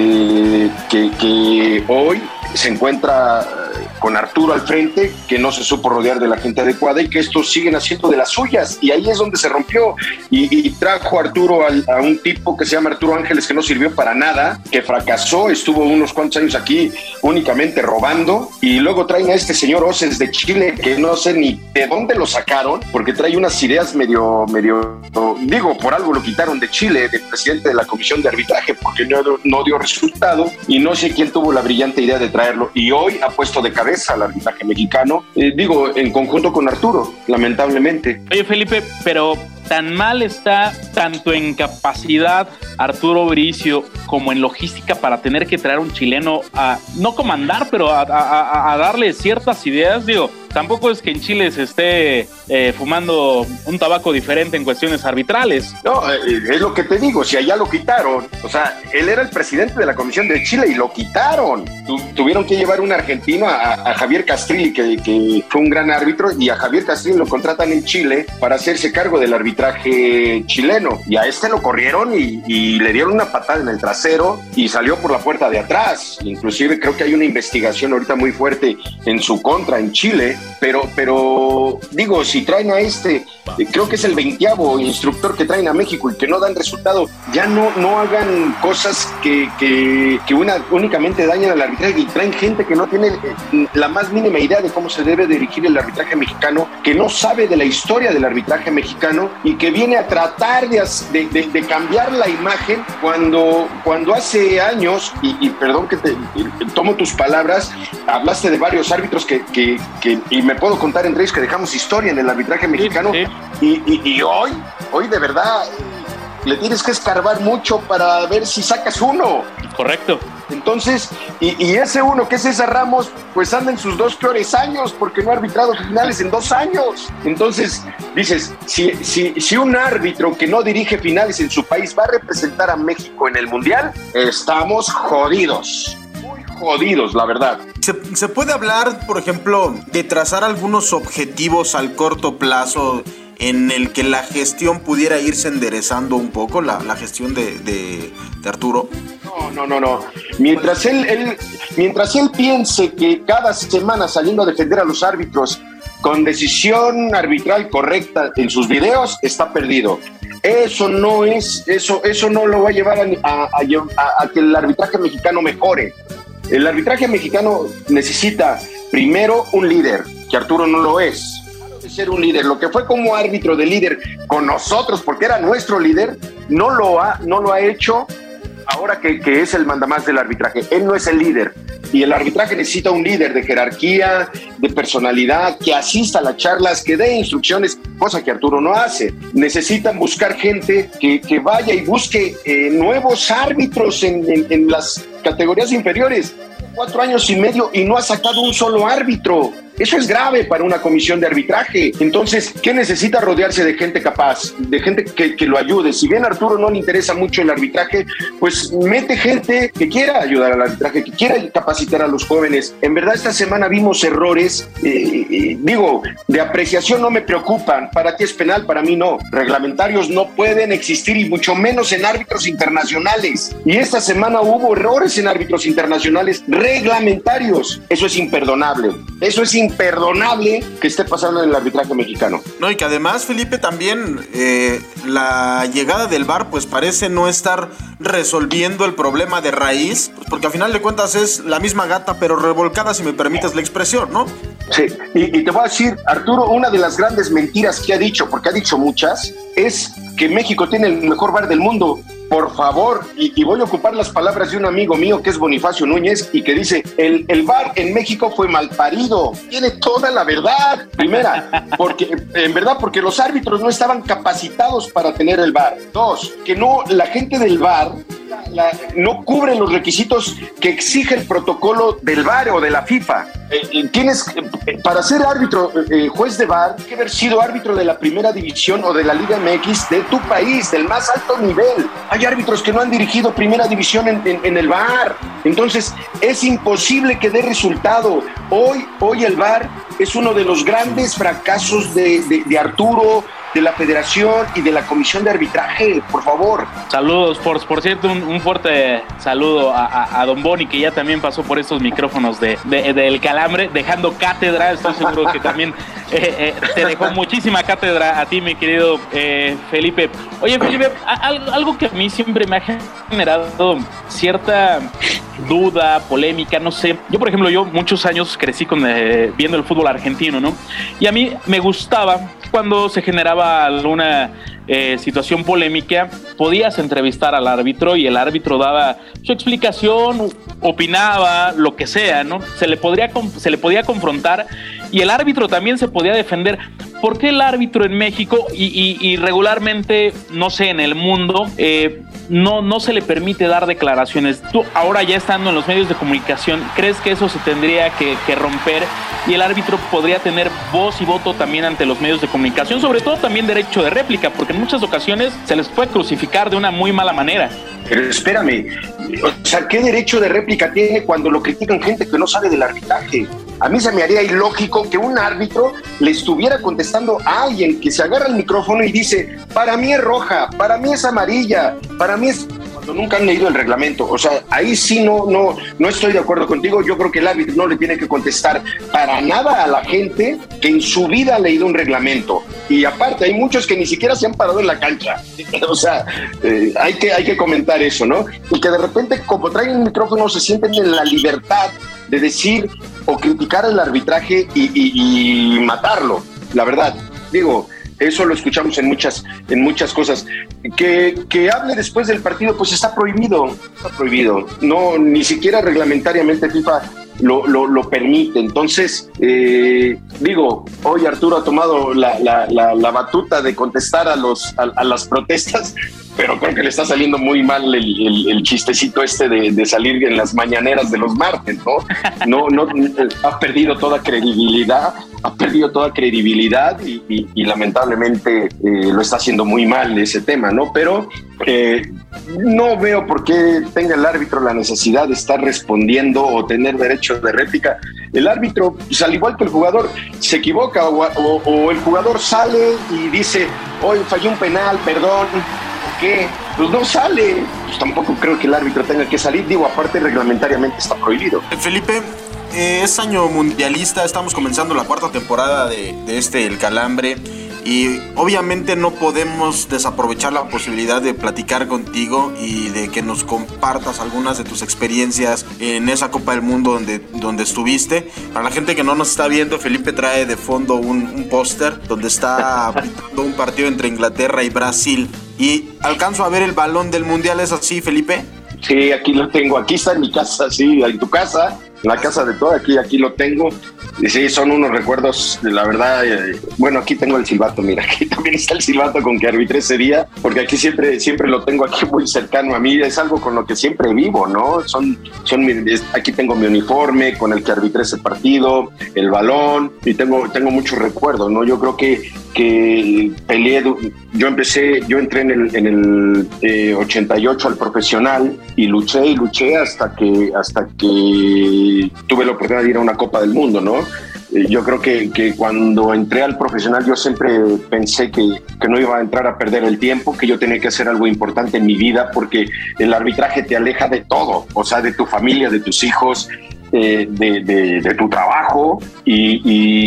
eh, que, que hoy se encuentra con Arturo al frente, que no se supo rodear de la gente adecuada y que estos siguen haciendo de las suyas, y ahí es donde se rompió, y, y trajo Arturo al, a un tipo que se llama Arturo Ángeles, que no sirvió para nada, que fracasó, estuvo unos cuantos años aquí únicamente robando, y luego traen a este señor Oces de Chile, que no sé ni de dónde lo sacaron, porque trae unas ideas medio, medio, digo, por algo lo quitaron de Chile, de presidente de la comisión de arbitraje, porque no, no dio resultado, y no sé quién tuvo la brillante idea de traerlo, y hoy ha puesto de cabeza al arbitraje mexicano, eh, digo, en conjunto con Arturo, lamentablemente. Oye, Felipe, pero tan mal está tanto en capacidad Arturo Bricio como en logística para tener que traer un chileno a no comandar, pero a, a, a darle ciertas ideas. Digo, tampoco es que en Chile se esté eh, fumando un tabaco diferente en cuestiones arbitrales. No, eh, es lo que te digo, si allá lo quitaron, o sea, él era el presidente de la Comisión de Chile y lo quitaron. Tu, tuvieron que llevar un argentino a, a Javier Castrilli, que, que fue un gran árbitro, y a Javier Castrilli lo contratan en Chile para hacerse cargo del arbitraje chileno, y a este lo corrieron y, y le dieron una patada en el trasero y salió por la puerta de atrás. Inclusive creo que hay una investigación ahorita muy fuerte en su contra en Chile, pero, pero digo, si traen a este, creo que es el veintiavo instructor que traen a México y que no dan resultado, ya no, no hagan cosas que, que, que una, únicamente dañan al arbitraje, y traen gente que no tiene la más mínima idea de cómo se debe dirigir el arbitraje mexicano, que no sabe de la historia del arbitraje mexicano y que viene a tratar de, de, de, de cambiar la imagen cuando, cuando hace años, y, y perdón que te tomo tus palabras, hablaste de varios árbitros que, que, que y me puedo contar entre ellos que dejamos historia en el arbitraje mexicano, sí, sí. Y, y, y hoy, hoy de verdad le tienes que escarbar mucho para ver si sacas uno. Correcto. Entonces, y, y ese uno que es César Ramos, pues anda en sus dos peores años porque no ha arbitrado finales en dos años. Entonces, dices, si, si, si un árbitro que no dirige finales en su país va a representar a México en el Mundial, estamos jodidos. Muy jodidos, la verdad. ¿Se, ¿Se puede hablar, por ejemplo, de trazar algunos objetivos al corto plazo en el que la gestión pudiera irse enderezando un poco, la, la gestión de, de, de Arturo? No, no, no, no. Mientras él, él, mientras él piense que cada semana saliendo a defender a los árbitros con decisión arbitral correcta en sus videos, está perdido. Eso no es, eso, eso no lo va a llevar a, a, a, a que el arbitraje mexicano mejore. El arbitraje mexicano necesita primero un líder, que Arturo no lo es. De ser un líder, lo que fue como árbitro de líder con nosotros, porque era nuestro líder, no lo ha, no lo ha hecho ahora que, que es el mandamás del arbitraje. Él no es el líder. Y el arbitraje necesita un líder de jerarquía, de personalidad, que asista a las charlas, que dé instrucciones, cosa que Arturo no hace. Necesitan buscar gente que, que vaya y busque eh, nuevos árbitros en, en, en las categorías inferiores. Cuatro años y medio y no ha sacado un solo árbitro. Eso es grave para una comisión de arbitraje. Entonces, ¿qué necesita? Rodearse de gente capaz, de gente que, que lo ayude. Si bien a Arturo no le interesa mucho el arbitraje, pues mete gente que quiera ayudar al arbitraje, que quiera capacitar a los jóvenes. En verdad, esta semana vimos errores, eh, eh, digo, de apreciación no me preocupan. Para ti es penal, para mí no. Reglamentarios no pueden existir y mucho menos en árbitros internacionales. Y esta semana hubo errores en árbitros internacionales reglamentarios. Eso es imperdonable. Eso es imperdonable que esté pasando en el arbitraje mexicano. No, y que además, Felipe, también eh, la llegada del V A R pues parece no estar resolviendo el problema de raíz, pues porque al final de cuentas es la misma gata pero revolcada, si me permites la expresión, ¿no? Sí, y, y te voy a decir, Arturo, una de las grandes mentiras que ha dicho, porque ha dicho muchas, es que México tiene el mejor V A R del mundo. Por favor, y, y voy a ocupar las palabras de un amigo mío que es Bonifacio Núñez y que dice, el, el V A R en México fue mal parido. Tiene toda la verdad. Primera, porque en verdad porque los árbitros no estaban capacitados para tener el V A R. Dos, que no, la gente del V A R la, la, no cubre los requisitos que exige el protocolo del V A R o de la FIFA. Eh, tienes, eh, para ser árbitro, eh, juez de V A R, tienes que haber sido árbitro de la primera división o de la Liga M X de tu país, del más alto nivel. Hay árbitros que no han dirigido primera división en, en, en el V A R. Entonces, es imposible que dé resultado. Hoy, hoy el V A R es uno de los grandes fracasos de, de, de Arturo, de la federación y de la comisión de arbitraje, por favor. Saludos, por, por cierto, un, un fuerte saludo a, a, a Don Boni, que ya también pasó por estos micrófonos de, de, del Calambre, dejando cátedra. Estoy seguro que también eh, eh, te dejó muchísima cátedra a ti, mi querido eh, Felipe. Oye, Felipe, algo, algo que a mí siempre me ha generado cierta duda, polémica, no sé. Yo, por ejemplo, yo muchos años crecí con, eh, viendo el fútbol argentino, ¿no? Y a mí me gustaba cuando se generaba alguna eh, situación polémica, podías entrevistar al árbitro y el árbitro daba su explicación, opinaba, lo que sea, ¿no? Se le podría, se le podía confrontar y el árbitro también se podía defender. ¿Por qué el árbitro en México y, y, y regularmente, no sé, en el mundo, eh, no, no se le permite dar declaraciones? Tú, ahora ya estando en los medios de comunicación, ¿crees que eso se tendría que, que romper y el árbitro podría tener voz y voto también ante los medios de comunicación? Sobre todo también derecho de réplica, porque en muchas ocasiones se les puede crucificar de una muy mala manera. Pero espérame, o sea, ¿qué derecho de réplica tiene cuando lo critican gente que no sabe del arbitraje? A mí se me haría ilógico que un árbitro le estuviera contestando a alguien que se agarra el micrófono y dice, para mí es roja, para mí es amarilla, para mí es... Cuando nunca han leído el reglamento. O sea, ahí sí no, no, no estoy de acuerdo contigo. Yo creo que el árbitro no le tiene que contestar para nada a la gente que en su vida ha leído un reglamento. Y aparte, hay muchos que ni siquiera se han parado en la cancha. O sea, eh, hay, que, hay que comentar eso, ¿no? Y que de repente, como traen el micrófono, se sienten en la libertad de decir o criticar el arbitraje y, y, y matarlo. La verdad, digo... Eso lo escuchamos en muchas, en muchas cosas. Que, que hable después del partido, pues está prohibido, está prohibido. No, ni siquiera reglamentariamente FIFA lo, lo, lo permite. Entonces, eh, digo, hoy Arturo ha tomado la, la, la, la batuta de contestar a, los, a, a las protestas, pero creo que le está saliendo muy mal el, el, el chistecito este de, de salir en las mañaneras de los martes, ¿no? No, no, ha perdido toda credibilidad, ha perdido toda credibilidad y, y, y lamentablemente eh, lo está haciendo muy mal ese tema, ¿no? Pero eh, no veo por qué tenga el árbitro la necesidad de estar respondiendo o tener derecho de réplica El árbitro, pues, al igual que el jugador, se equivoca o, o, o el jugador sale y dice, hoy fallé un penal, perdón, ¿qué? Pues no sale. Pues tampoco creo que el árbitro tenga que salir, digo, aparte reglamentariamente está prohibido. Felipe, eh, es año mundialista, estamos comenzando la cuarta temporada de, de este El Calambre. Y obviamente no podemos desaprovechar la posibilidad de platicar contigo y de que nos compartas algunas de tus experiencias en esa Copa del Mundo donde, donde estuviste. Para la gente que no nos está viendo, Felipe trae de fondo un, un póster donde está pitando un partido entre Inglaterra y Brasil. Y alcanzo a ver el balón del Mundial, ¿es así, Felipe? Sí, aquí lo tengo, aquí está en mi casa, sí, en tu casa, en la casa de todo, aquí, aquí lo tengo. Y sí, son unos recuerdos, la verdad, eh, bueno, aquí tengo el silbato, mira, aquí también está el silbato con que arbitré ese día, porque aquí siempre, siempre lo tengo aquí muy cercano a mí, es algo con lo que siempre vivo, ¿no? Son, son, aquí tengo mi uniforme con el que arbitré ese partido, el balón, y tengo, tengo muchos recuerdos, ¿no? Yo creo que, que peleé, yo empecé, yo entré en el, en el eh, ochenta y ocho al profesional y luché y luché hasta que, hasta que tuve la oportunidad de ir a una Copa del Mundo, ¿no? Yo creo que, que cuando entré al profesional yo siempre pensé que, que no iba a entrar a perder el tiempo, que yo tenía que hacer algo importante en mi vida, porque el arbitraje te aleja de todo, o sea, de tu familia, de tus hijos, eh, de, de, de tu trabajo, y,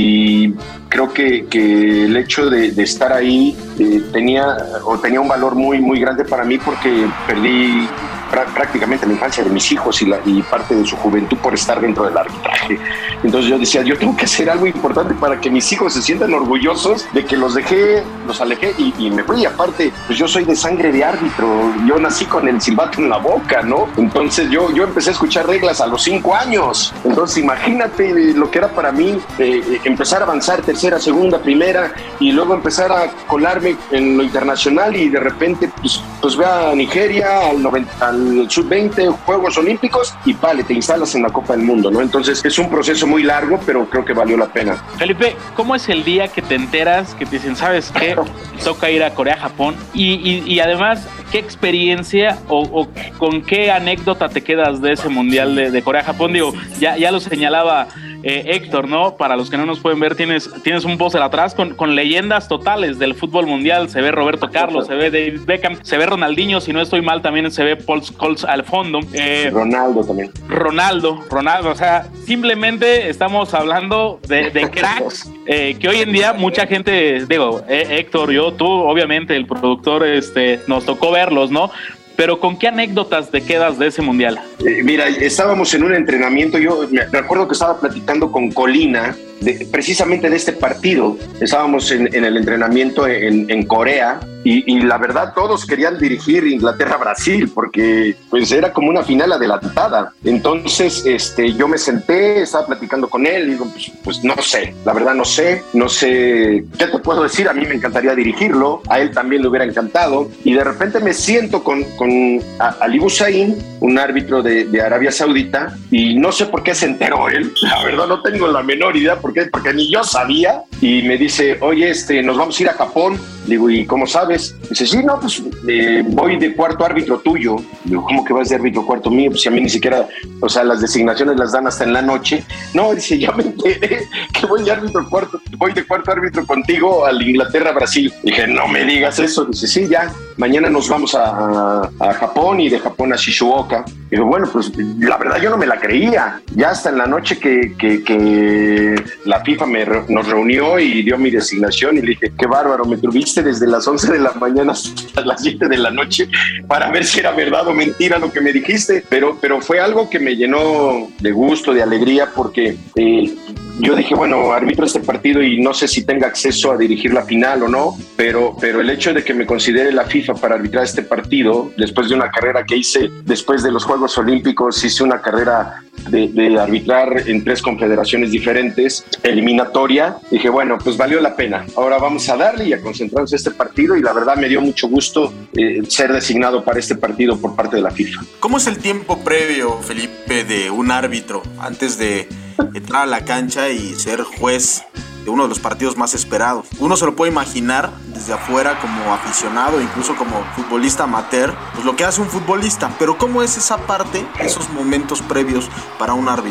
y creo que, que el hecho de, de estar ahí eh, tenía, o tenía un valor muy, muy grande para mí, porque perdí prácticamente la infancia de mis hijos y, la, y parte de su juventud por estar dentro del arbitraje. Entonces yo decía, yo tengo que hacer algo importante para que mis hijos se sientan orgullosos de que los dejé, los alejé y, y me fui. Aparte, pues yo soy de sangre de árbitro, yo nací con el silbato en la boca, ¿no? Entonces yo, yo empecé a escuchar reglas a los cinco años. Entonces imagínate lo que era para mí eh, empezar a avanzar tercera, segunda, primera y luego empezar a colarme en lo internacional y de repente pues, pues ve a Nigeria al noventa, al sub veinte, Juegos Olímpicos y vale, te instalas en la Copa del Mundo, ¿no? Entonces es un proceso muy largo, pero creo que valió la pena. Felipe, ¿cómo es el día que te enteras que te dicen, ¿sabes qué? Toca ir a Corea, Japón y, y, y además, ¿qué experiencia o, o con qué anécdota te quedas de ese Mundial de, de Corea, Japón? Digo, ya, ya lo señalaba eh, Héctor, ¿no? Para los que no nos pueden ver, tienes, tienes un póster atrás con, con leyendas totales del fútbol mundial. Se ve Roberto Carlos, se ve David Beckham, se ve Ronaldinho, si no estoy mal también se ve Paul Scholes al fondo. Eh, Ronaldo también. Ronaldo, Ronaldo, o sea, simplemente estamos hablando de, de cracks eh, que hoy en día mucha gente, digo, eh, Héctor, yo, tú, obviamente, el productor, este, nos tocó verlos, ¿no? Pero ¿con qué anécdotas te quedas de ese mundial? Eh, mira, estábamos en un entrenamiento, yo me acuerdo que estaba platicando con Colina, de, precisamente de este partido. Estábamos en, en el entrenamiento en, en Corea y, y la verdad todos querían dirigir Inglaterra-Brasil porque pues era como una final adelantada. Entonces este, yo me senté, estaba platicando con él y digo, pues, pues no sé, la verdad no sé, no sé, ¿qué te puedo decir? A mí me encantaría dirigirlo, a él también le hubiera encantado y de repente me siento con, con Ali Hussein, un árbitro de, de Arabia Saudita y no sé por qué se enteró él, la verdad no tengo la menor idea por qué, porque ni yo sabía y me dice, oye, este, nos vamos a ir a Japón. Digo, ¿y cómo sabes? Dice, sí, no, pues eh, voy de cuarto árbitro tuyo. Digo, ¿cómo que vas de árbitro cuarto mío? Pues si a mí ni siquiera, o sea, las designaciones las dan hasta en la noche. No, dice, ya me enteré que voy de árbitro cuarto, voy de cuarto árbitro contigo al Inglaterra-Brasil. Dije, no me digas eso. Dice, sí, ya, mañana nos vamos a, a, a Japón y de Japón a Shizuoka. Digo, bueno, pues la verdad yo no me la creía. Ya hasta en la noche que, que, que la FIFA me, nos reunió y dio mi designación y le dije, qué bárbaro, me tuviste desde las once de la mañana hasta las siete de la noche para ver si era verdad o mentira lo que me dijiste, pero, pero fue algo que me llenó de gusto, de alegría, porque eh, yo dije, bueno, arbitro este partido y no sé si tenga acceso a dirigir la final o no, pero, pero el hecho de que me considere la FIFA para arbitrar este partido, después de una carrera que hice, después de los Juegos Olímpicos, hice una carrera de, de arbitrar en tres confederaciones diferentes, eliminatoria, dije, bueno, pues valió la pena. Ahora vamos a darle y a concentrarnos en este partido y la verdad me dio mucho gusto eh, ser designado para este partido por parte de la FIFA. ¿Cómo es el tiempo previo, Felipe, de un árbitro antes de entrar a la cancha y ser juez de uno de los partidos más esperados? Uno se lo puede imaginar desde afuera como aficionado, incluso como futbolista amateur, pues lo que hace un futbolista, pero ¿cómo es esa parte, esos momentos previos para un árbitro?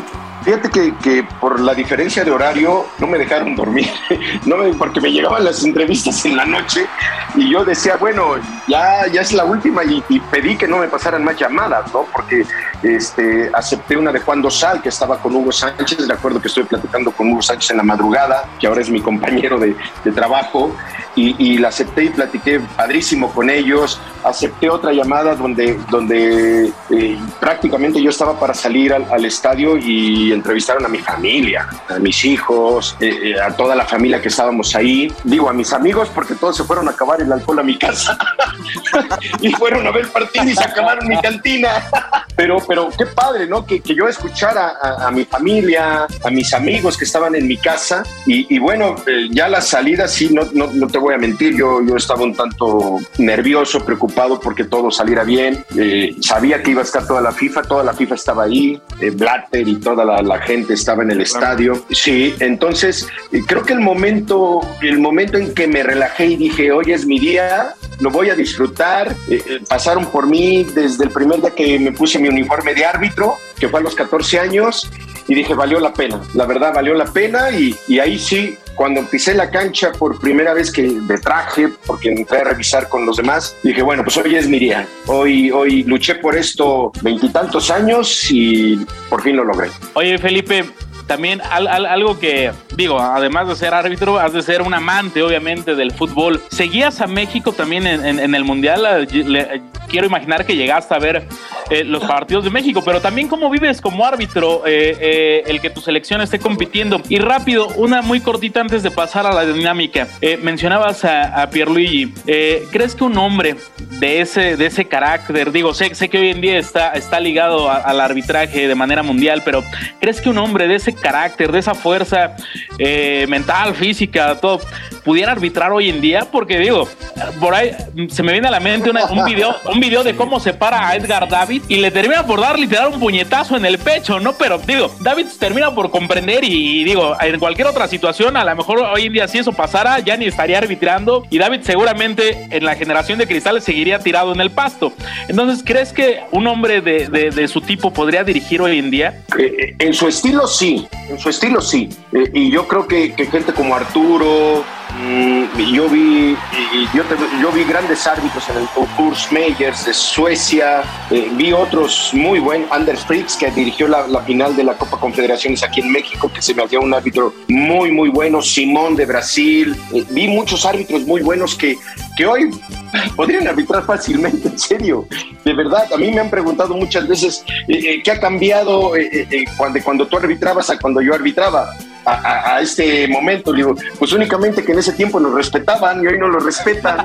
Fíjate que, que por la diferencia de horario no me dejaron dormir, no me, porque me llegaban las entrevistas en la noche y yo decía, bueno, ya, ya es la última y, y pedí que no me pasaran más llamadas, ¿no? Porque este, acepté una de Juan Dosal, que estaba con Hugo Sánchez, de acuerdo que estoy platicando con Hugo Sánchez en la madrugada, que ahora es mi compañero de, de trabajo, y, y la acepté y platiqué padrísimo con ellos. Acepté otra llamada donde, donde eh, prácticamente yo estaba para salir al, al estadio y entrevistaron a mi familia, a mis hijos, eh, eh, a toda la familia que estábamos ahí. Digo, a mis amigos, porque todos se fueron a acabar el alcohol a mi casa y fueron a ver el partido y se acabaron mi cantina. Pero, pero qué padre, ¿no? Que, que yo escuchara a, a mi familia, a mis amigos que estaban en mi casa. Y, y bueno, eh, ya la salida, sí, no, no, no te voy a mentir, yo, yo estaba un tanto nervioso, preocupado porque todo saliera bien. Eh, sabía que iba a estar toda la FIFA, toda la FIFA estaba ahí, eh, Blatter y toda la, la gente estaba en el estadio. Sí, entonces eh, creo que el momento, el momento en que me relajé y dije, hoy es mi día, lo voy a disfrutar. Eh, eh, pasaron por mí desde el primer día que me puse mi uniforme de árbitro, que fue a los catorce años, y dije, valió la pena, la verdad valió la pena, y, y ahí sí, cuando pisé la cancha por primera vez que de traje, porque entré a revisar con los demás, dije, bueno, pues hoy es mi día, hoy, hoy luché por esto veintitantos años y por fin lo logré. Oye, Felipe, también al, al, algo que, digo, además de ser árbitro, has de ser un amante, obviamente, del fútbol. ¿Seguías a México también en, en, en el Mundial? Le, quiero imaginar que llegaste a ver eh, los partidos de México, pero también cómo vives como árbitro eh, eh, el que tu selección esté compitiendo. Y rápido, una muy cortita antes de pasar a la dinámica. Eh, mencionabas a, a Pierluigi. Eh, ¿Crees que un hombre de ese, de ese carácter, digo, sé, sé que hoy en día está, está ligado a, al arbitraje de manera mundial, pero ¿crees que un hombre de ese carácter, de esa fuerza eh, mental, física, todo, pudiera arbitrar hoy en día? Porque digo, por ahí se me viene a la mente una, un video un video de cómo se para a Edgar David y le termina por dar literal un puñetazo en el pecho, ¿no? Pero digo, David termina por comprender y, y digo, en cualquier otra situación, a lo mejor hoy en día si eso pasara, ya ni estaría arbitrando y David seguramente en la generación de cristales seguiría tirado en el pasto. Entonces, ¿crees que un hombre de, de, de su tipo podría dirigir hoy en día? Eh, en su estilo sí, en su estilo sí. Eh, y yo creo que, que gente como Arturo, mmm, yo vi y yo, te, yo vi grandes árbitros en el concurso Meyers de Suecia, eh, vi otros muy buenos, Anders Fricks, que dirigió la, la final de la Copa Confederaciones aquí en México, que se me hacía un árbitro muy muy bueno, Simón de Brasil, eh, vi muchos árbitros muy buenos que, que hoy podrían arbitrar fácilmente, en serio, de verdad. A mí me han preguntado muchas veces eh, eh, qué ha cambiado eh, eh, cuando, cuando tú arbitrabas a cuando yo arbitraba. A, a, a este momento, digo, pues únicamente que en ese tiempo nos respetaban y hoy no lo respetan.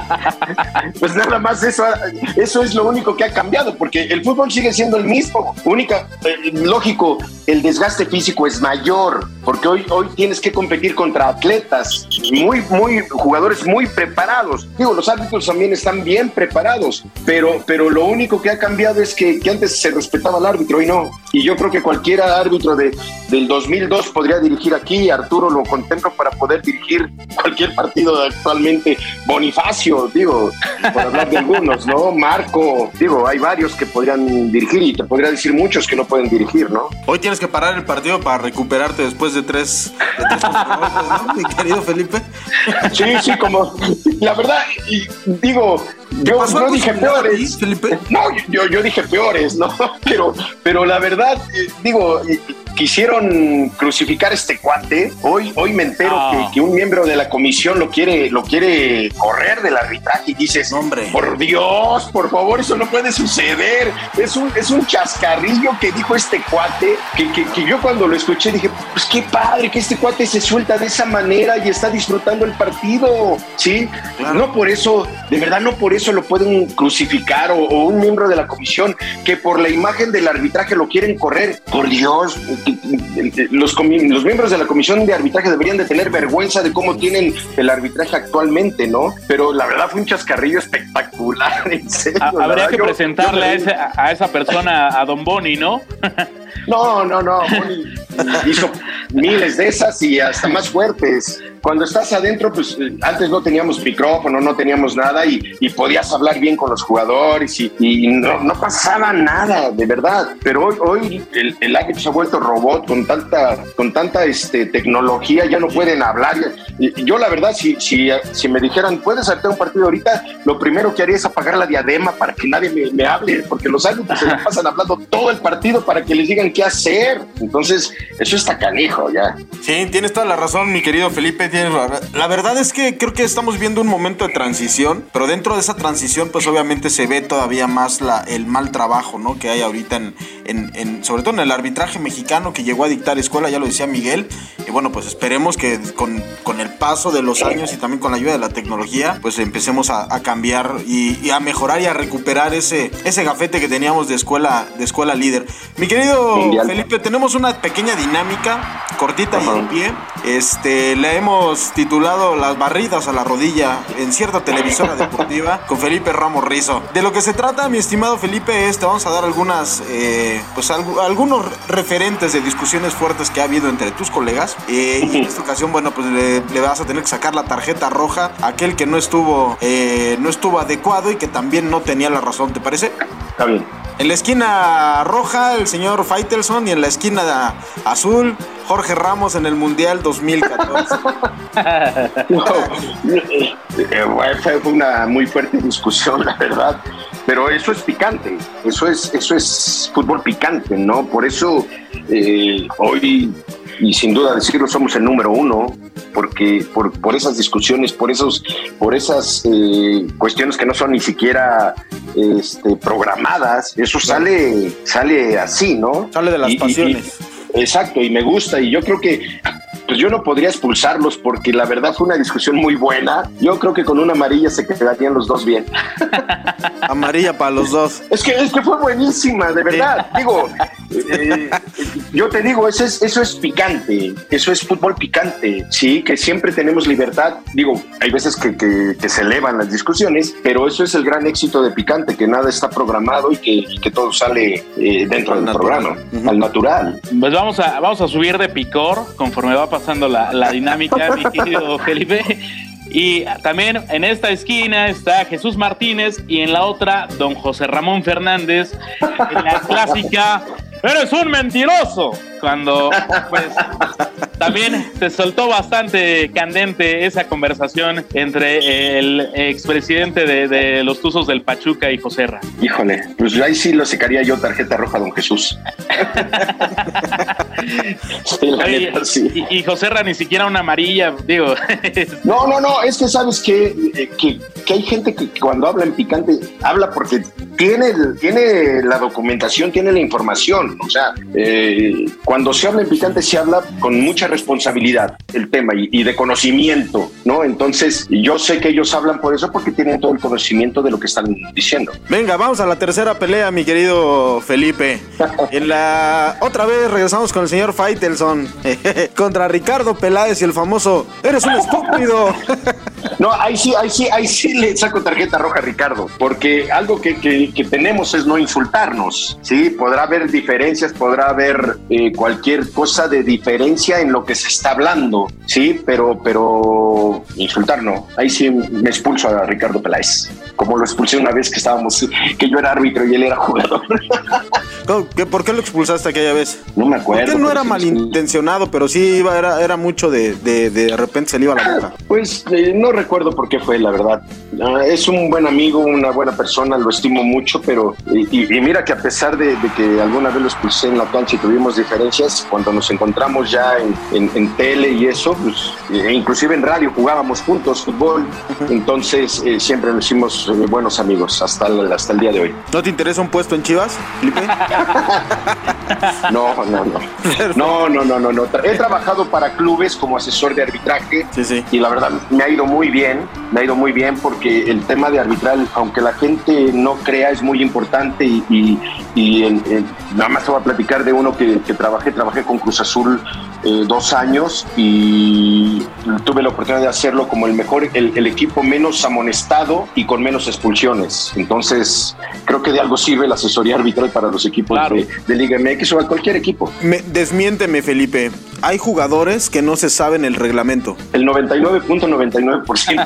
Pues nada más eso, eso es lo único que ha cambiado, porque el fútbol sigue siendo el mismo. Única, eh, lógico, el desgaste físico es mayor, porque hoy, hoy tienes que competir contra atletas, muy, muy, jugadores muy preparados. Digo, los árbitros también están bien preparados, pero, pero lo único que ha cambiado es que, que antes se respetaba al árbitro y no. Y yo creo que cualquier árbitro de, del dos mil dos podría dirigir aquí. Arturo lo contemplo para poder dirigir cualquier partido actualmente. Bonifacio, digo, por hablar de algunos, ¿no? Marco, digo, hay varios que podrían dirigir y te podría decir muchos que no pueden dirigir, ¿no? Hoy tienes que parar el partido para recuperarte después de tres, de tres ¿no? Mi querido Felipe. Sí, sí, como, la verdad, y, digo, yo no dije peores, Felipe. No, yo, yo dije peores, ¿no? Pero, pero la verdad, eh, digo, eh, quisieron crucificar a este cuate. Hoy, hoy me entero oh. que, que un miembro de la comisión lo quiere, lo quiere correr del arbitraje y dices, hombre, por Dios, por favor, eso no puede suceder. Es un, es un chascarrillo que dijo este cuate, que, que, que yo cuando lo escuché dije, pues qué padre que este cuate se suelta de esa manera y está disfrutando el partido, ¿sí? Claro. No por eso, de verdad no por eso lo pueden crucificar o, o un miembro de la comisión que por la imagen del arbitraje lo quieren correr. Por Dios, los, los miembros de la comisión de arbitraje deberían de tener vergüenza de cómo tienen el arbitraje actualmente, ¿no? Pero la verdad fue un chascarrillo espectacular, en serio. A, habría que yo, presentarle yo me... a, ese, a esa persona, a Don Boni, ¿no? No, no, no, Boni hizo miles de esas y hasta más fuertes. cuando estás adentro, pues antes no teníamos micrófono, no teníamos nada y, y podías hablar bien con los jugadores y, y no, no pasaba nada, de verdad. Pero hoy, hoy el, el árbitro se ha vuelto robot con tanta, con tanta este, tecnología, ya no pueden hablar. Y, yo la verdad, si, si, si me dijeran, ¿puedes saltar un partido ahorita? Lo primero que haría es apagar la diadema para que nadie me, me hable, porque los árbitros se pasan hablando todo el partido para que les digan qué hacer. Entonces, eso está canijo ya. Sí, tienes toda la razón, mi querido Felipe. Tienes la, la verdad es que creo que estamos viendo un momento de transición, pero dentro de esa transición, pues obviamente se ve todavía más la, el mal trabajo, ¿no? Que hay ahorita en, en, en, sobre todo en el arbitraje mexicano que llegó a dictar escuela, ya lo decía Miguel. Y bueno, pues esperemos que con, con el paso de los años y también con la ayuda de la tecnología, pues empecemos a, a cambiar y, y a mejorar y a recuperar ese, ese gafete que teníamos de escuela, de escuela líder. Mi querido Mundial. Felipe, tenemos una pequeña dinámica, cortita y en pie. Este, le hemos titulado Las barridas a la rodilla en cierta televisora deportiva con Felipe Ramos Rizo. De lo que se trata, mi estimado Felipe, es te vamos a dar algunas, eh, pues alg- algunos referentes de discusiones fuertes que ha habido entre tus colegas. Eh, y en esta ocasión, bueno, pues le, le vas a tener que sacar la tarjeta roja a aquel que no estuvo, eh, no estuvo adecuado y que también no tenía la razón, ¿te parece? Está bien. En la esquina roja, el señor Faitelson, y en la esquina azul, Jorge Ramos en el Mundial dos mil catorce. No, fue una muy fuerte discusión, la verdad. Pero eso es picante, eso es, eso es fútbol picante, ¿no? Por eso eh, hoy, y sin duda decirlo, somos el número uno, porque por, por esas discusiones, por esos, por esas eh, cuestiones que no son ni siquiera este, programadas, eso sale, sale así, ¿no? Sale de las y, pasiones. Y, exacto, y me gusta, y yo creo que pues yo no podría expulsarlos porque la verdad fue una discusión muy buena. Yo creo que con una amarilla se quedarían los dos bien. Amarilla para los dos. Es que, es que fue buenísima, de verdad. Sí. Digo, eh, yo te digo, eso es, eso es picante, eso es fútbol picante, sí, que siempre tenemos libertad. Digo, hay veces que, que, que se elevan las discusiones, pero eso es el gran éxito de Picante, que nada está programado y que, y que todo sale eh, dentro del natural. programa, uh-huh. al natural. Pues vamos a, vamos a subir de picor conforme va pasando la, la dinámica, mi querido Felipe. Y también en esta esquina está Jesús Martínez y en la otra don José Ramón Fernández, en la clásica ¡eres un mentiroso! Cuando pues también se soltó bastante candente esa conversación entre el expresidente de, de los Tuzos del Pachuca y Joserra. Híjole, pues ahí sí lo sacaría yo tarjeta roja a don Jesús. Sí, la Oye, neta, sí. Y, y Joserra ni siquiera una amarilla, digo. No, no, no, es que sabes que, que, que hay gente que cuando habla en Picante habla porque tiene, tiene la documentación, tiene la información. O sea, eh, cuando se habla en Picante se habla con mucha responsabilidad el tema y, y de conocimiento, ¿no? Entonces, yo sé que ellos hablan por eso porque tienen todo el conocimiento de lo que están diciendo. Venga, vamos a la tercera pelea, mi querido Felipe. En la otra vez regresamos con el señor Faitelson contra Ricardo Peláez y el famoso ¡eres un estúpido! No, ahí sí, ahí sí, ahí sí le saco tarjeta roja a Ricardo, porque algo que, que, que tenemos es no insultarnos, ¿sí? Podrá haber diferencias, podrá haber eh, cualquier cosa de diferencia en lo que se está hablando, ¿sí? Pero, pero insultar no. Ahí sí me expulso a Ricardo Peláez, como lo expulsé una vez que estábamos, que yo era árbitro y él era jugador. ¿Qué, ¿Por qué lo expulsaste aquella vez? No me acuerdo. Porque no era sí, malintencionado, pero sí iba, era, era mucho de, de, de repente se le iba la boca. Pues eh, no recuerdo por qué fue, la verdad. Uh, es un buen amigo, una buena persona, lo estimo mucho, pero y, y mira que a pesar de, de que alguna vez lo expulsé en la cancha y tuvimos diferencias, cuando nos encontramos ya en, en, en tele y eso, pues eh, inclusive en radio jugábamos juntos fútbol, entonces eh, siempre nos hicimos eh, buenos amigos hasta el, hasta el día de hoy. ¿No te interesa un puesto en Chivas, Felipe? No, no, no. No, no, no, no, no. He trabajado para clubes como asesor de arbitraje, sí, sí. Y la verdad me ha ido muy bien, me ha ido muy bien porque el tema de arbitral, aunque la gente no crea, es muy importante y, y, y en, en, nada más te voy a platicar de uno que, que trabajé, trabajé con Cruz Azul eh, dos años y tuve la oportunidad de hacerlo como el mejor, el, el equipo menos amonestado y con menos expulsiones. Entonces, creo que de algo sirve la asesoría arbitral para los equipos claro. de, de Liga M X o a cualquier equipo. Me, desmiénteme, Felipe. Hay jugadores que no se saben el reglamento. El noventa y nueve punto noventa y nueve por ciento.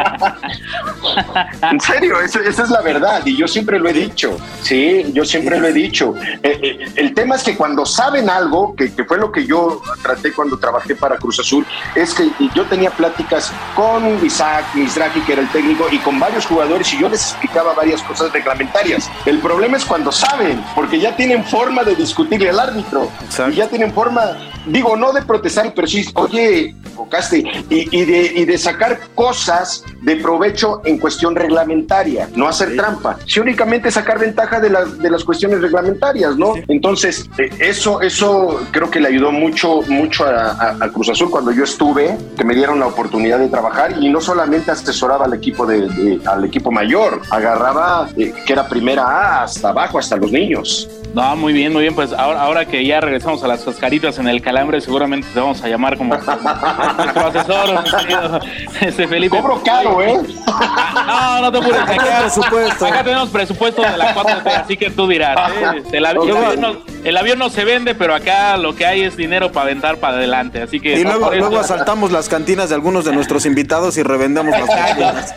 En serio, eso, esa es la verdad y yo siempre lo he dicho. Sí, yo siempre lo he dicho. Eh, eh, el tema es que cuando saben algo, que, que fue lo que yo traté cuando trabajé para Cruz Azul, es que yo tenía pláticas con Isaac Mizrahi, que era el técnico, y con varios jugadores y yo les explicaba varias cosas reglamentarias. El problema es cuando saben, porque ya tienen forma de discutirle al árbitro. Exacto. Y ya tienen forma, digo, no de protestar, pero sí, oye, equivocaste, y, y, de, y de sacar cosas de provecho en cuestión reglamentaria, no hacer sí. trampa, si únicamente sacar ventaja de, la, de las cuestiones reglamentarias, ¿no? Sí. Entonces, eh, eso, eso creo que le ayudó mucho, mucho a, a, a Cruz Azul cuando yo estuve, que me dieron la oportunidad de trabajar y no solamente asesoraba al equipo de, de al equipo mayor, agarraba eh, que era primera A hasta abajo, hasta los niños. No, muy bien, muy bien, pues ahora, ahora que ya regresamos a las cascaritas en el Calambre, seguramente te vamos a llamar como nuestro asesor, este Felipe. Cobro caro, ¿eh? No, no te apures, acá, presupuesto. acá tenemos presupuesto de la cuatro T, así que tú dirás, ¿eh? el, avi- el, avión no, el avión no se vende, pero acá lo que hay es dinero para aventar para adelante, así que... Y no, luego, luego asaltamos las cantinas de algunos de nuestros invitados y revendemos las cantinas.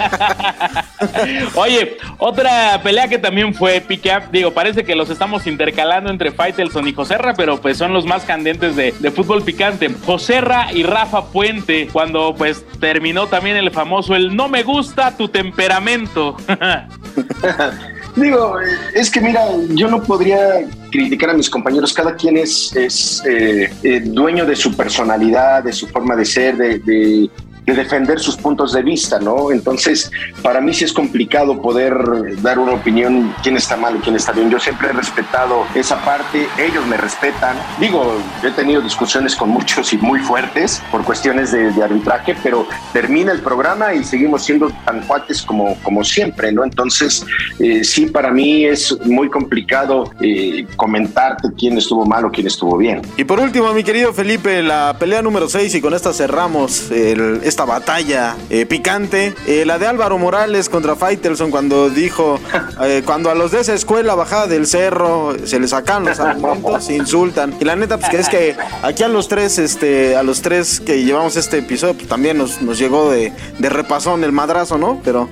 Oye, otra pelea que también fue épica, digo, parece que los estamos intercalando entre Faitelson y Joserra, pero pues son los más candentes de, de fútbol picante. Joserra y Rafa Puente, cuando pues terminó también el famoso el no me gusta tu temperamento. Digo, es que mira, yo no podría criticar a mis compañeros, cada quien es, es eh, eh, dueño de su personalidad, de su forma de ser, de... de de defender sus puntos de vista, ¿no? Entonces, para mí sí es complicado poder dar una opinión quién está mal y quién está bien. Yo siempre he respetado esa parte, ellos me respetan. Digo, he tenido discusiones con muchos y muy fuertes por cuestiones de, de arbitraje, pero termina el programa y seguimos siendo tan cuates como, como siempre, ¿no? Entonces, eh, sí, para mí es muy complicado eh, comentarte quién estuvo mal o quién estuvo bien. Y por último, mi querido Felipe, la pelea número seis, y con esta cerramos el, esta batalla eh, picante, eh, la de Álvaro Morales contra Faitelson, cuando dijo, eh, cuando a los de esa escuela bajada del cerro se les sacan los argumentos, se insultan. Y la neta, pues que es que aquí a los tres, este, a los tres que llevamos este episodio, pues también nos, nos llegó de, de repasón el madrazo, ¿no? Pero...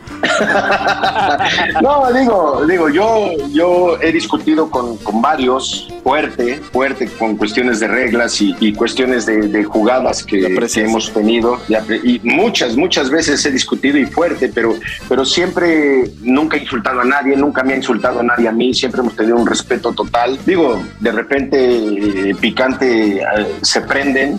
no, digo, digo, yo, yo he discutido con, con varios, fuerte, fuerte, con cuestiones de reglas y, y cuestiones de, de jugadas que, que hemos tenido, y muchas, muchas veces he discutido y fuerte, pero, pero siempre, nunca he insultado a nadie, nunca me ha insultado a nadie a mí, siempre hemos tenido un respeto total. Digo, de repente eh, picante eh, se prenden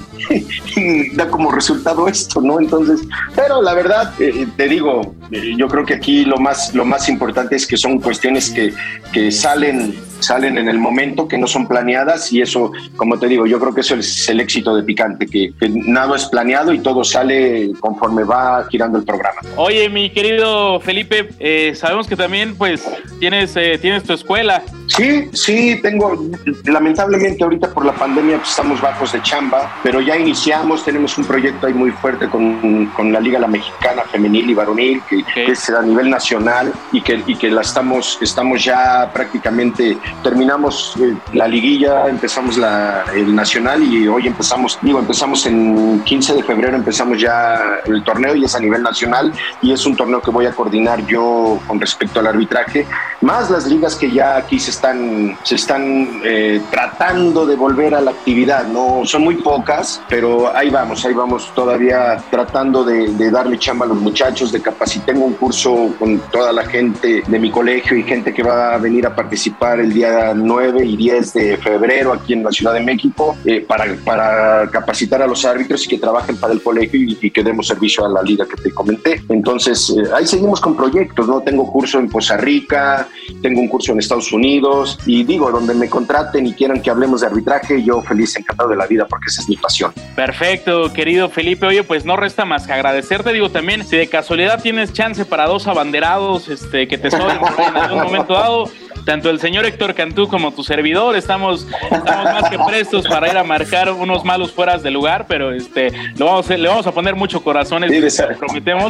y da como resultado esto, ¿no? Entonces, pero la verdad, eh, te digo, eh, yo creo que aquí lo más, lo más importante es que son cuestiones que, que salen, salen en el momento, que no son planeadas, y eso, como te digo, yo creo que eso es el éxito de Picante, que, que nada es planeado y todo sale conforme va girando el programa. Oye, mi querido Felipe, eh, sabemos que también pues tienes, eh, tienes tu escuela. Sí, sí, tengo, lamentablemente ahorita por la pandemia pues, estamos bajos de chamba, pero ya iniciamos, tenemos un proyecto ahí muy fuerte con, con la Liga La Mexicana Femenil y Varonil, que, okay. que es a nivel nacional y que, y que la estamos, estamos ya prácticamente, terminamos eh, la liguilla, empezamos la, el nacional y hoy empezamos, digo, empezamos en quince de febrero, empezamos ya el torneo y es a nivel nacional y es un torneo que voy a coordinar yo con respecto al arbitraje, más las ligas que ya aquí se están, se están eh, tratando de volver a la actividad, no son muy pocas, pero ahí vamos, ahí vamos todavía tratando de, de darle chamba a los muchachos, de capacitar. Tengo un curso con toda la gente de mi colegio y gente que va a venir a participar el día nueve y diez de febrero aquí en la Ciudad de México eh, para, para capacitar a los árbitros y que trabajen para el colegio y, y que demos servicio a la liga que te comenté. Entonces, eh, ahí seguimos con proyectos, ¿no? Tengo curso en Costa Rica, tengo un curso en Estados Unidos y digo, donde me contraten y quieran que hablemos de arbitraje, yo feliz, encantado de la vida porque esa es mi pasión. Perfecto, querido Felipe. Oye, pues no resta más que agradecerte. Digo, también, si de casualidad tienes chance para dos abanderados este, que te sobren en algún momento dado, tanto el señor Héctor Cantú como tu servidor estamos, estamos más que prestos para ir a marcar unos malos fueras de lugar, pero este lo vamos a, le vamos a poner mucho corazón, lo prometemos.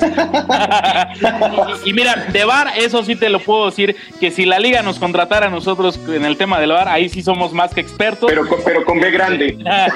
y, y mira, de V A R, eso sí te lo puedo decir, que si la liga nos contratara a nosotros en el tema del V A R, ahí sí somos más que expertos. Pero, pero con B grande.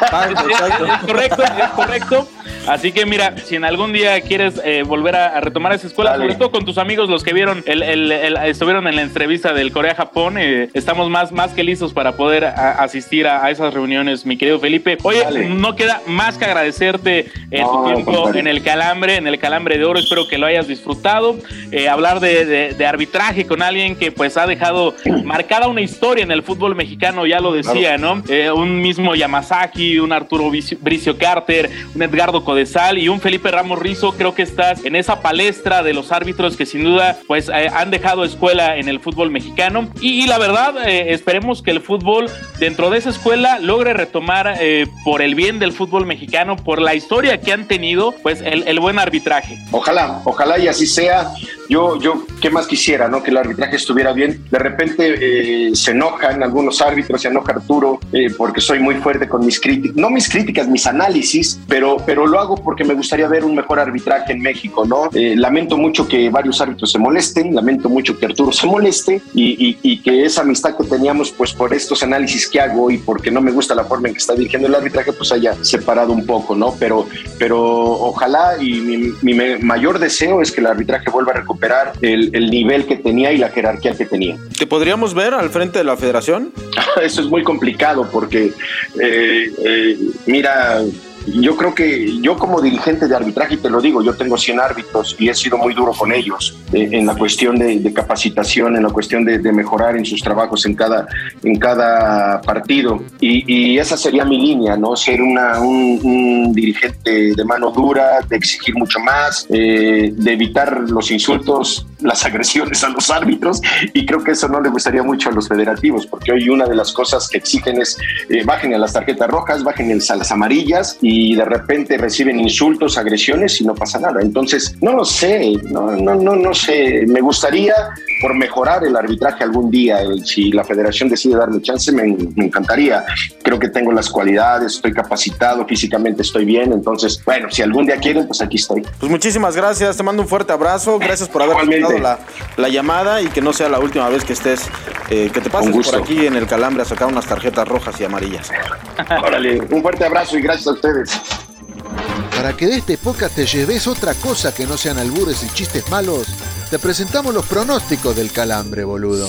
es, es, es correcto, es correcto. Así que mira, si en algún día quieres eh, volver a, a retomar esa escuela, Dale. sobre todo con tus amigos, los que vieron el, el, el, estuvieron en la entrevista del Corea-Japón, eh, estamos más, más que listos para poder a, asistir a, a esas reuniones, mi querido Felipe. Oye, Dale. no queda más que agradecerte eh, no, tu tiempo compadre. en el Calambre, en el Calambre de Oro. Espero que lo hayas disfrutado. Eh, hablar de, de, de arbitraje con alguien que pues ha dejado marcada una historia en el fútbol mexicano, ya lo decía, claro. ¿no? Eh, un mismo Yamazaki, un Arturo Bricio Carter, un Edgardo Codesal y un Felipe Ramos Rizo. Creo que estás en esa palestra de los árbitros que sin duda pues eh, han dejado escuela en el fútbol mexicano y, y la verdad eh, esperemos que el fútbol dentro de esa escuela logre retomar eh, por el bien del fútbol mexicano, por la historia que han tenido, pues el, el buen arbitraje. Ojalá, ojalá y así sea. Yo, yo, ¿qué más quisiera, no? Que el arbitraje estuviera bien. De repente eh, se enojan algunos árbitros, se enoja Arturo, eh, porque soy muy fuerte con mis críticas, no mis críticas, mis análisis, pero, pero lo hago porque me gustaría ver un mejor arbitraje en México, ¿no? Eh, lamento mucho que varios árbitros se molesten, lamento mucho que Arturo se moleste y, y, y que esa amistad que teníamos, pues por estos análisis que hago y porque no me gusta la forma en que está dirigiendo el arbitraje, pues haya separado un poco, ¿no? Pero, pero ojalá y mi, mi mayor deseo es que el arbitraje vuelva a recuperar El, el nivel que tenía y la jerarquía que tenía. ¿Te podríamos ver al frente de la federación? Eso es muy complicado porque, eh, eh, mira, yo creo que yo como dirigente de arbitraje, y te lo digo, yo tengo cien árbitros y he sido muy duro con ellos eh, en la cuestión de, de capacitación, en la cuestión de, de mejorar en sus trabajos en cada, en cada partido y, y esa sería mi línea, ¿no? Ser una, un, un dirigente de mano dura, de exigir mucho más, eh, de evitar los insultos, las agresiones a los árbitros y creo que eso no le gustaría mucho a los federativos porque hoy una de las cosas que exigen es eh, bajen a las tarjetas rojas, bajen a las amarillas y y de repente reciben insultos, agresiones y no pasa nada. Entonces, no lo sé, no, no, no, no sé. Me gustaría por mejorar el arbitraje algún día. Si la federación decide darme chance, me, me encantaría. Creo que tengo las cualidades, estoy capacitado, físicamente estoy bien. Entonces, bueno, si algún día quieren, pues aquí estoy. Pues muchísimas gracias, te mando un fuerte abrazo. Gracias por haber dado la, la llamada y que no sea la última vez que estés, eh, que te pases por aquí en el Calambre a sacar unas tarjetas rojas y amarillas. Órale, un fuerte abrazo y gracias a ustedes. Para que de este podcast te lleves otra cosa que no sean albures y chistes malos, te presentamos los pronósticos del Calambre, boludo.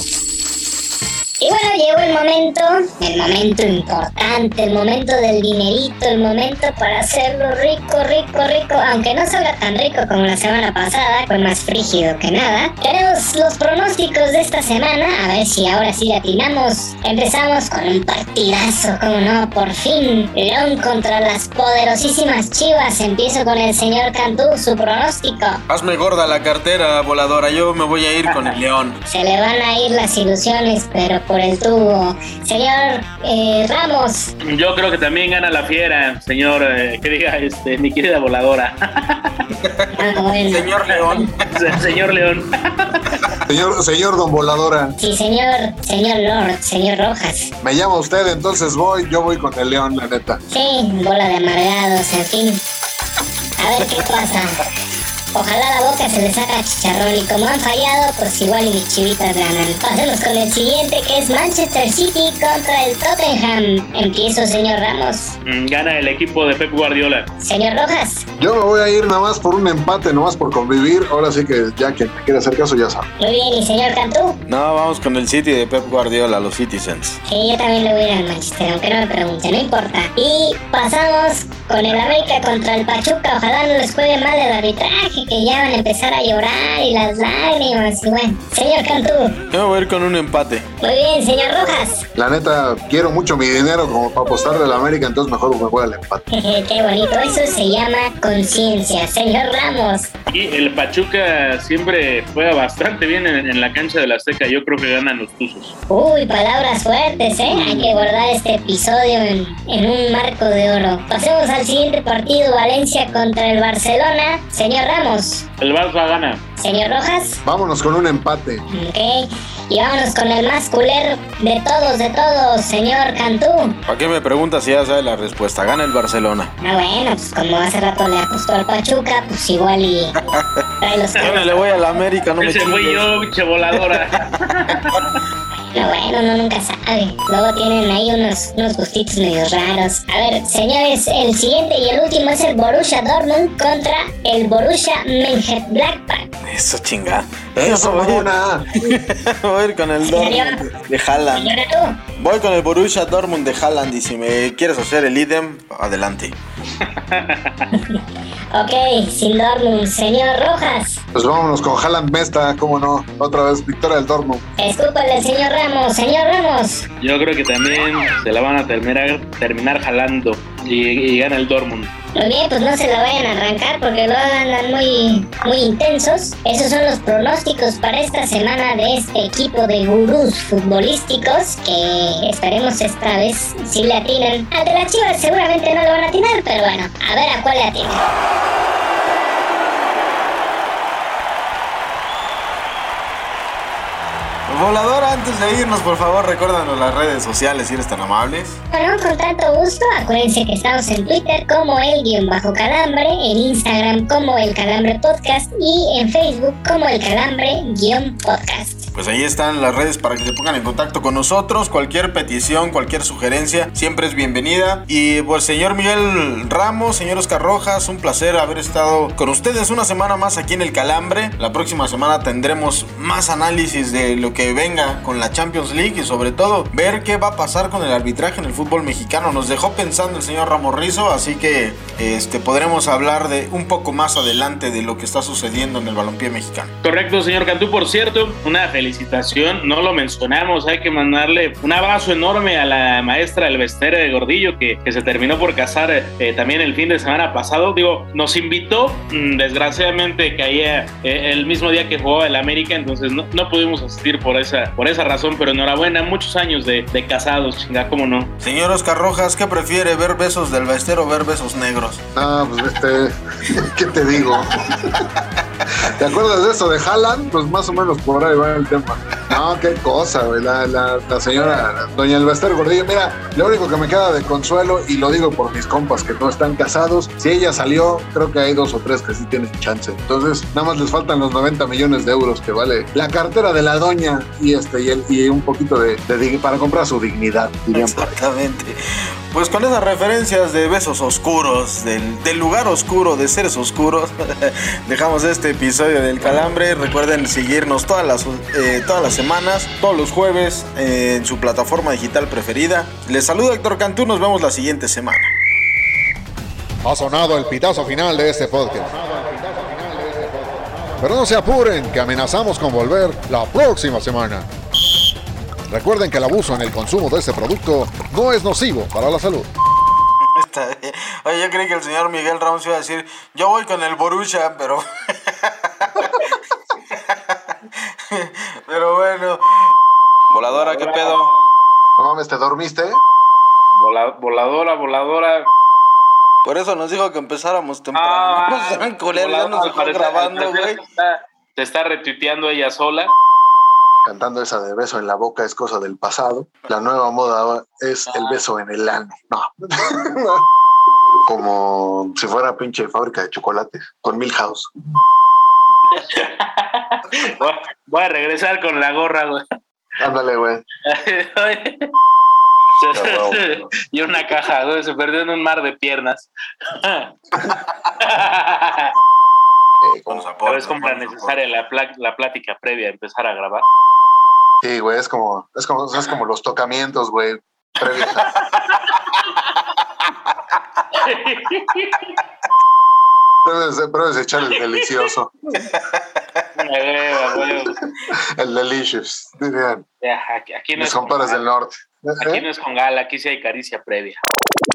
Y bueno, llegó el momento, el momento importante, el momento del dinerito, el momento para hacerlo rico, rico, rico, aunque no salga tan rico como la semana pasada, fue más frígido que nada. Tenemos los pronósticos de esta semana, a ver si ahora sí atinamos. Empezamos con un partidazo, como no, por fin, León contra las poderosísimas Chivas. Empiezo con el señor Cantú, su pronóstico. Hazme gorda la cartera, voladora, yo me voy a ir con el León. Se le van a ir las ilusiones, pero por el tubo. Señor eh, Ramos. Yo creo que también gana la fiera, señor, eh, que diga, este, mi querida voladora. Ah, bueno. Señor León. Señor León. Señor, señor Don Voladora. Sí, señor, señor Lord, señor Rojas. Me llama usted, entonces voy, yo voy con el León, la neta. Sí, bola de amargados, en fin. A ver qué pasa. Ojalá la boca se les haga chicharrón y como han fallado, pues igual y mis chivitas ganan. Pasemos con el siguiente, que es Manchester City contra el Tottenham. Empiezo, señor Ramos. Mm, gana el equipo de Pep Guardiola. Señor Rojas. Yo me voy a ir nada más por un empate, nomás por convivir. Ahora sí que ya quien me quiera hacer caso ya sabe. Muy bien, ¿y señor Cantú? No, vamos con el City de Pep Guardiola, los Citizens. Sí, yo también le voy a ir al Manchester, aunque no me pregunte, no importa. Y pasamos con el América contra el Pachuca. Ojalá no les juegue mal el arbitraje, que ya van a empezar a llorar y las lágrimas. Y bueno, señor Cantú. Yo me voy a ir con un empate. Muy bien, señor Rojas. La neta, quiero mucho mi dinero como para apostarle a la América, entonces mejor me voy al empate. Qué bonito, eso se llama conciencia. Señor Ramos. Y el Pachuca siempre juega bastante bien en, en la cancha de la Azteca. Yo creo que ganan los Tuzos. Uy, palabras fuertes, ¿eh? Hay que guardar este episodio en, en un marco de oro. Pasemos al siguiente partido, Valencia contra el Barcelona. Señor Ramos. El Barça gana. Señor Rojas. Vámonos con un empate. Ok. Y vámonos con el más culero de todos, de todos, señor Cantú. ¿Para qué me preguntas si ya sabes la respuesta? Gana el Barcelona. Ah, bueno, pues como hace rato le apostó al Pachuca, pues igual y trae los Yo no le voy a la América, no me Ese fui chingues. yo, pinche voladora. No, bueno, uno nunca sabe. Luego tienen ahí unos, unos gustitos medio raros. A ver, señores, el siguiente y el último es el Borussia Dortmund contra el Borussia Mönchengladbach. Eso chinga. Eso, Eso voy a ir. una. Voy a ir con el Dortmund de Haaland. Señora, tú. Voy con el Borussia Dortmund de Haaland y si me quieres hacer el idem, adelante. Ok, sin Dortmund. Señor Rojas. Pues vámonos con Haaland Mesta, cómo no. Otra vez victoria del Dortmund. Escúpale al señor Ramos. Señor Ramos. Yo creo que también se la van a terminar, terminar jalando y, y gana el Dortmund. Muy bien, pues no se la vayan a arrancar porque luego andan muy, muy intensos. Esos son los pronósticos para esta semana de este equipo de gurús futbolísticos que esperemos esta vez si le atinan. Al de las Chivas seguramente no le van a atinar, pero bueno, a ver a cuál le atinan. Volador, antes de irnos, por favor, recuérdanos las redes sociales si eres tan amables. Bueno, con tanto gusto, acuérdense que estamos en Twitter como el guión bajo calambre, en Instagram como el calambre podcast y en Facebook como el calambre guión podcast. Pues ahí están las redes para que se pongan en contacto con nosotros. Cualquier petición, cualquier sugerencia, siempre es bienvenida. Y pues señor Miguel Ramos, señor Oscar Rojas, un placer haber estado con ustedes una semana más aquí en el Calambre. La próxima semana tendremos más análisis de lo que venga con la Champions League y sobre todo ver qué va a pasar con el arbitraje en el fútbol mexicano. Nos dejó pensando el señor Ramos Rizo, así que este, podremos hablar de un poco más adelante de lo que está sucediendo en el balompié mexicano. Correcto, señor Cantú, por cierto, una felicitación, no lo mencionamos, hay que mandarle un abrazo enorme a la maestra Elvester de Gordillo que, que se terminó por casar eh, también el fin de semana pasado. Digo, nos invitó, mmm, desgraciadamente caía eh, el mismo día que jugaba el América, entonces no, no pudimos asistir por esa, por esa razón, pero enhorabuena, muchos años de, de casados, chinga, cómo no. Señor Oscar Rojas, ¿qué prefiere, ver besos del Elvester o ver besos negros? Ah, pues este, ¿qué te digo? ¿Te acuerdas de eso de Haaland? Pues más o menos por ahí va el tema. No, qué cosa, güey. La, la, la señora doña Elvester Gordillo. Mira, lo único que me queda de consuelo, y lo digo por mis compas que no están casados, si ella salió, creo que hay dos o tres que sí tienen chance. Entonces, nada más les faltan los noventa millones de euros que vale la cartera de la doña y este y, el, y un poquito de, de para comprar su dignidad, dirían. Exactamente. Pues con esas referencias de besos oscuros, del, del lugar oscuro, de seres oscuros, dejamos este episodio del Calambre. Recuerden seguirnos todas las, eh, todas las semanas, todos los jueves, eh, en su plataforma digital preferida. Les saluda Héctor Cantú, nos vemos la siguiente semana. Ha sonado el pitazo final de este podcast. Pero no se apuren, que amenazamos con volver la próxima semana. Recuerden que el abuso en el consumo de este producto no es nocivo para la salud. Está bien. Oye, yo creí que el señor Miguel Ramos iba a decir, yo voy con el Borussia, pero... pero bueno. Voladora, ¿qué pedo? No mames, ¿te dormiste? Vola, voladora, voladora. Por eso nos dijo que empezáramos temprano. Ah, no sean culeros, ya nos dejó parece- grabando, parece güey. que está- Se está retuiteando ella sola. Cantando esa de beso en la boca es cosa del pasado. La nueva moda es el beso en el ano. No. Como si fuera pinche fábrica de chocolates con Milhouse. Voy- Voy a regresar con la gorra, güey. Ándale, güey. Y una caja, güey, se perdió en un mar de piernas. Eh, como- Es como la necesaria la, pla- la plática previa a empezar a grabar. Sí, güey, es como, es como, es como los tocamientos, güey. Previos a- Pruebes, pruebes de echar el delicioso. El delicious. Dirían Ya, aquí, aquí no mis es con compadres del gala. norte. Aquí ¿Eh? no es con gala, aquí sí hay caricia previa.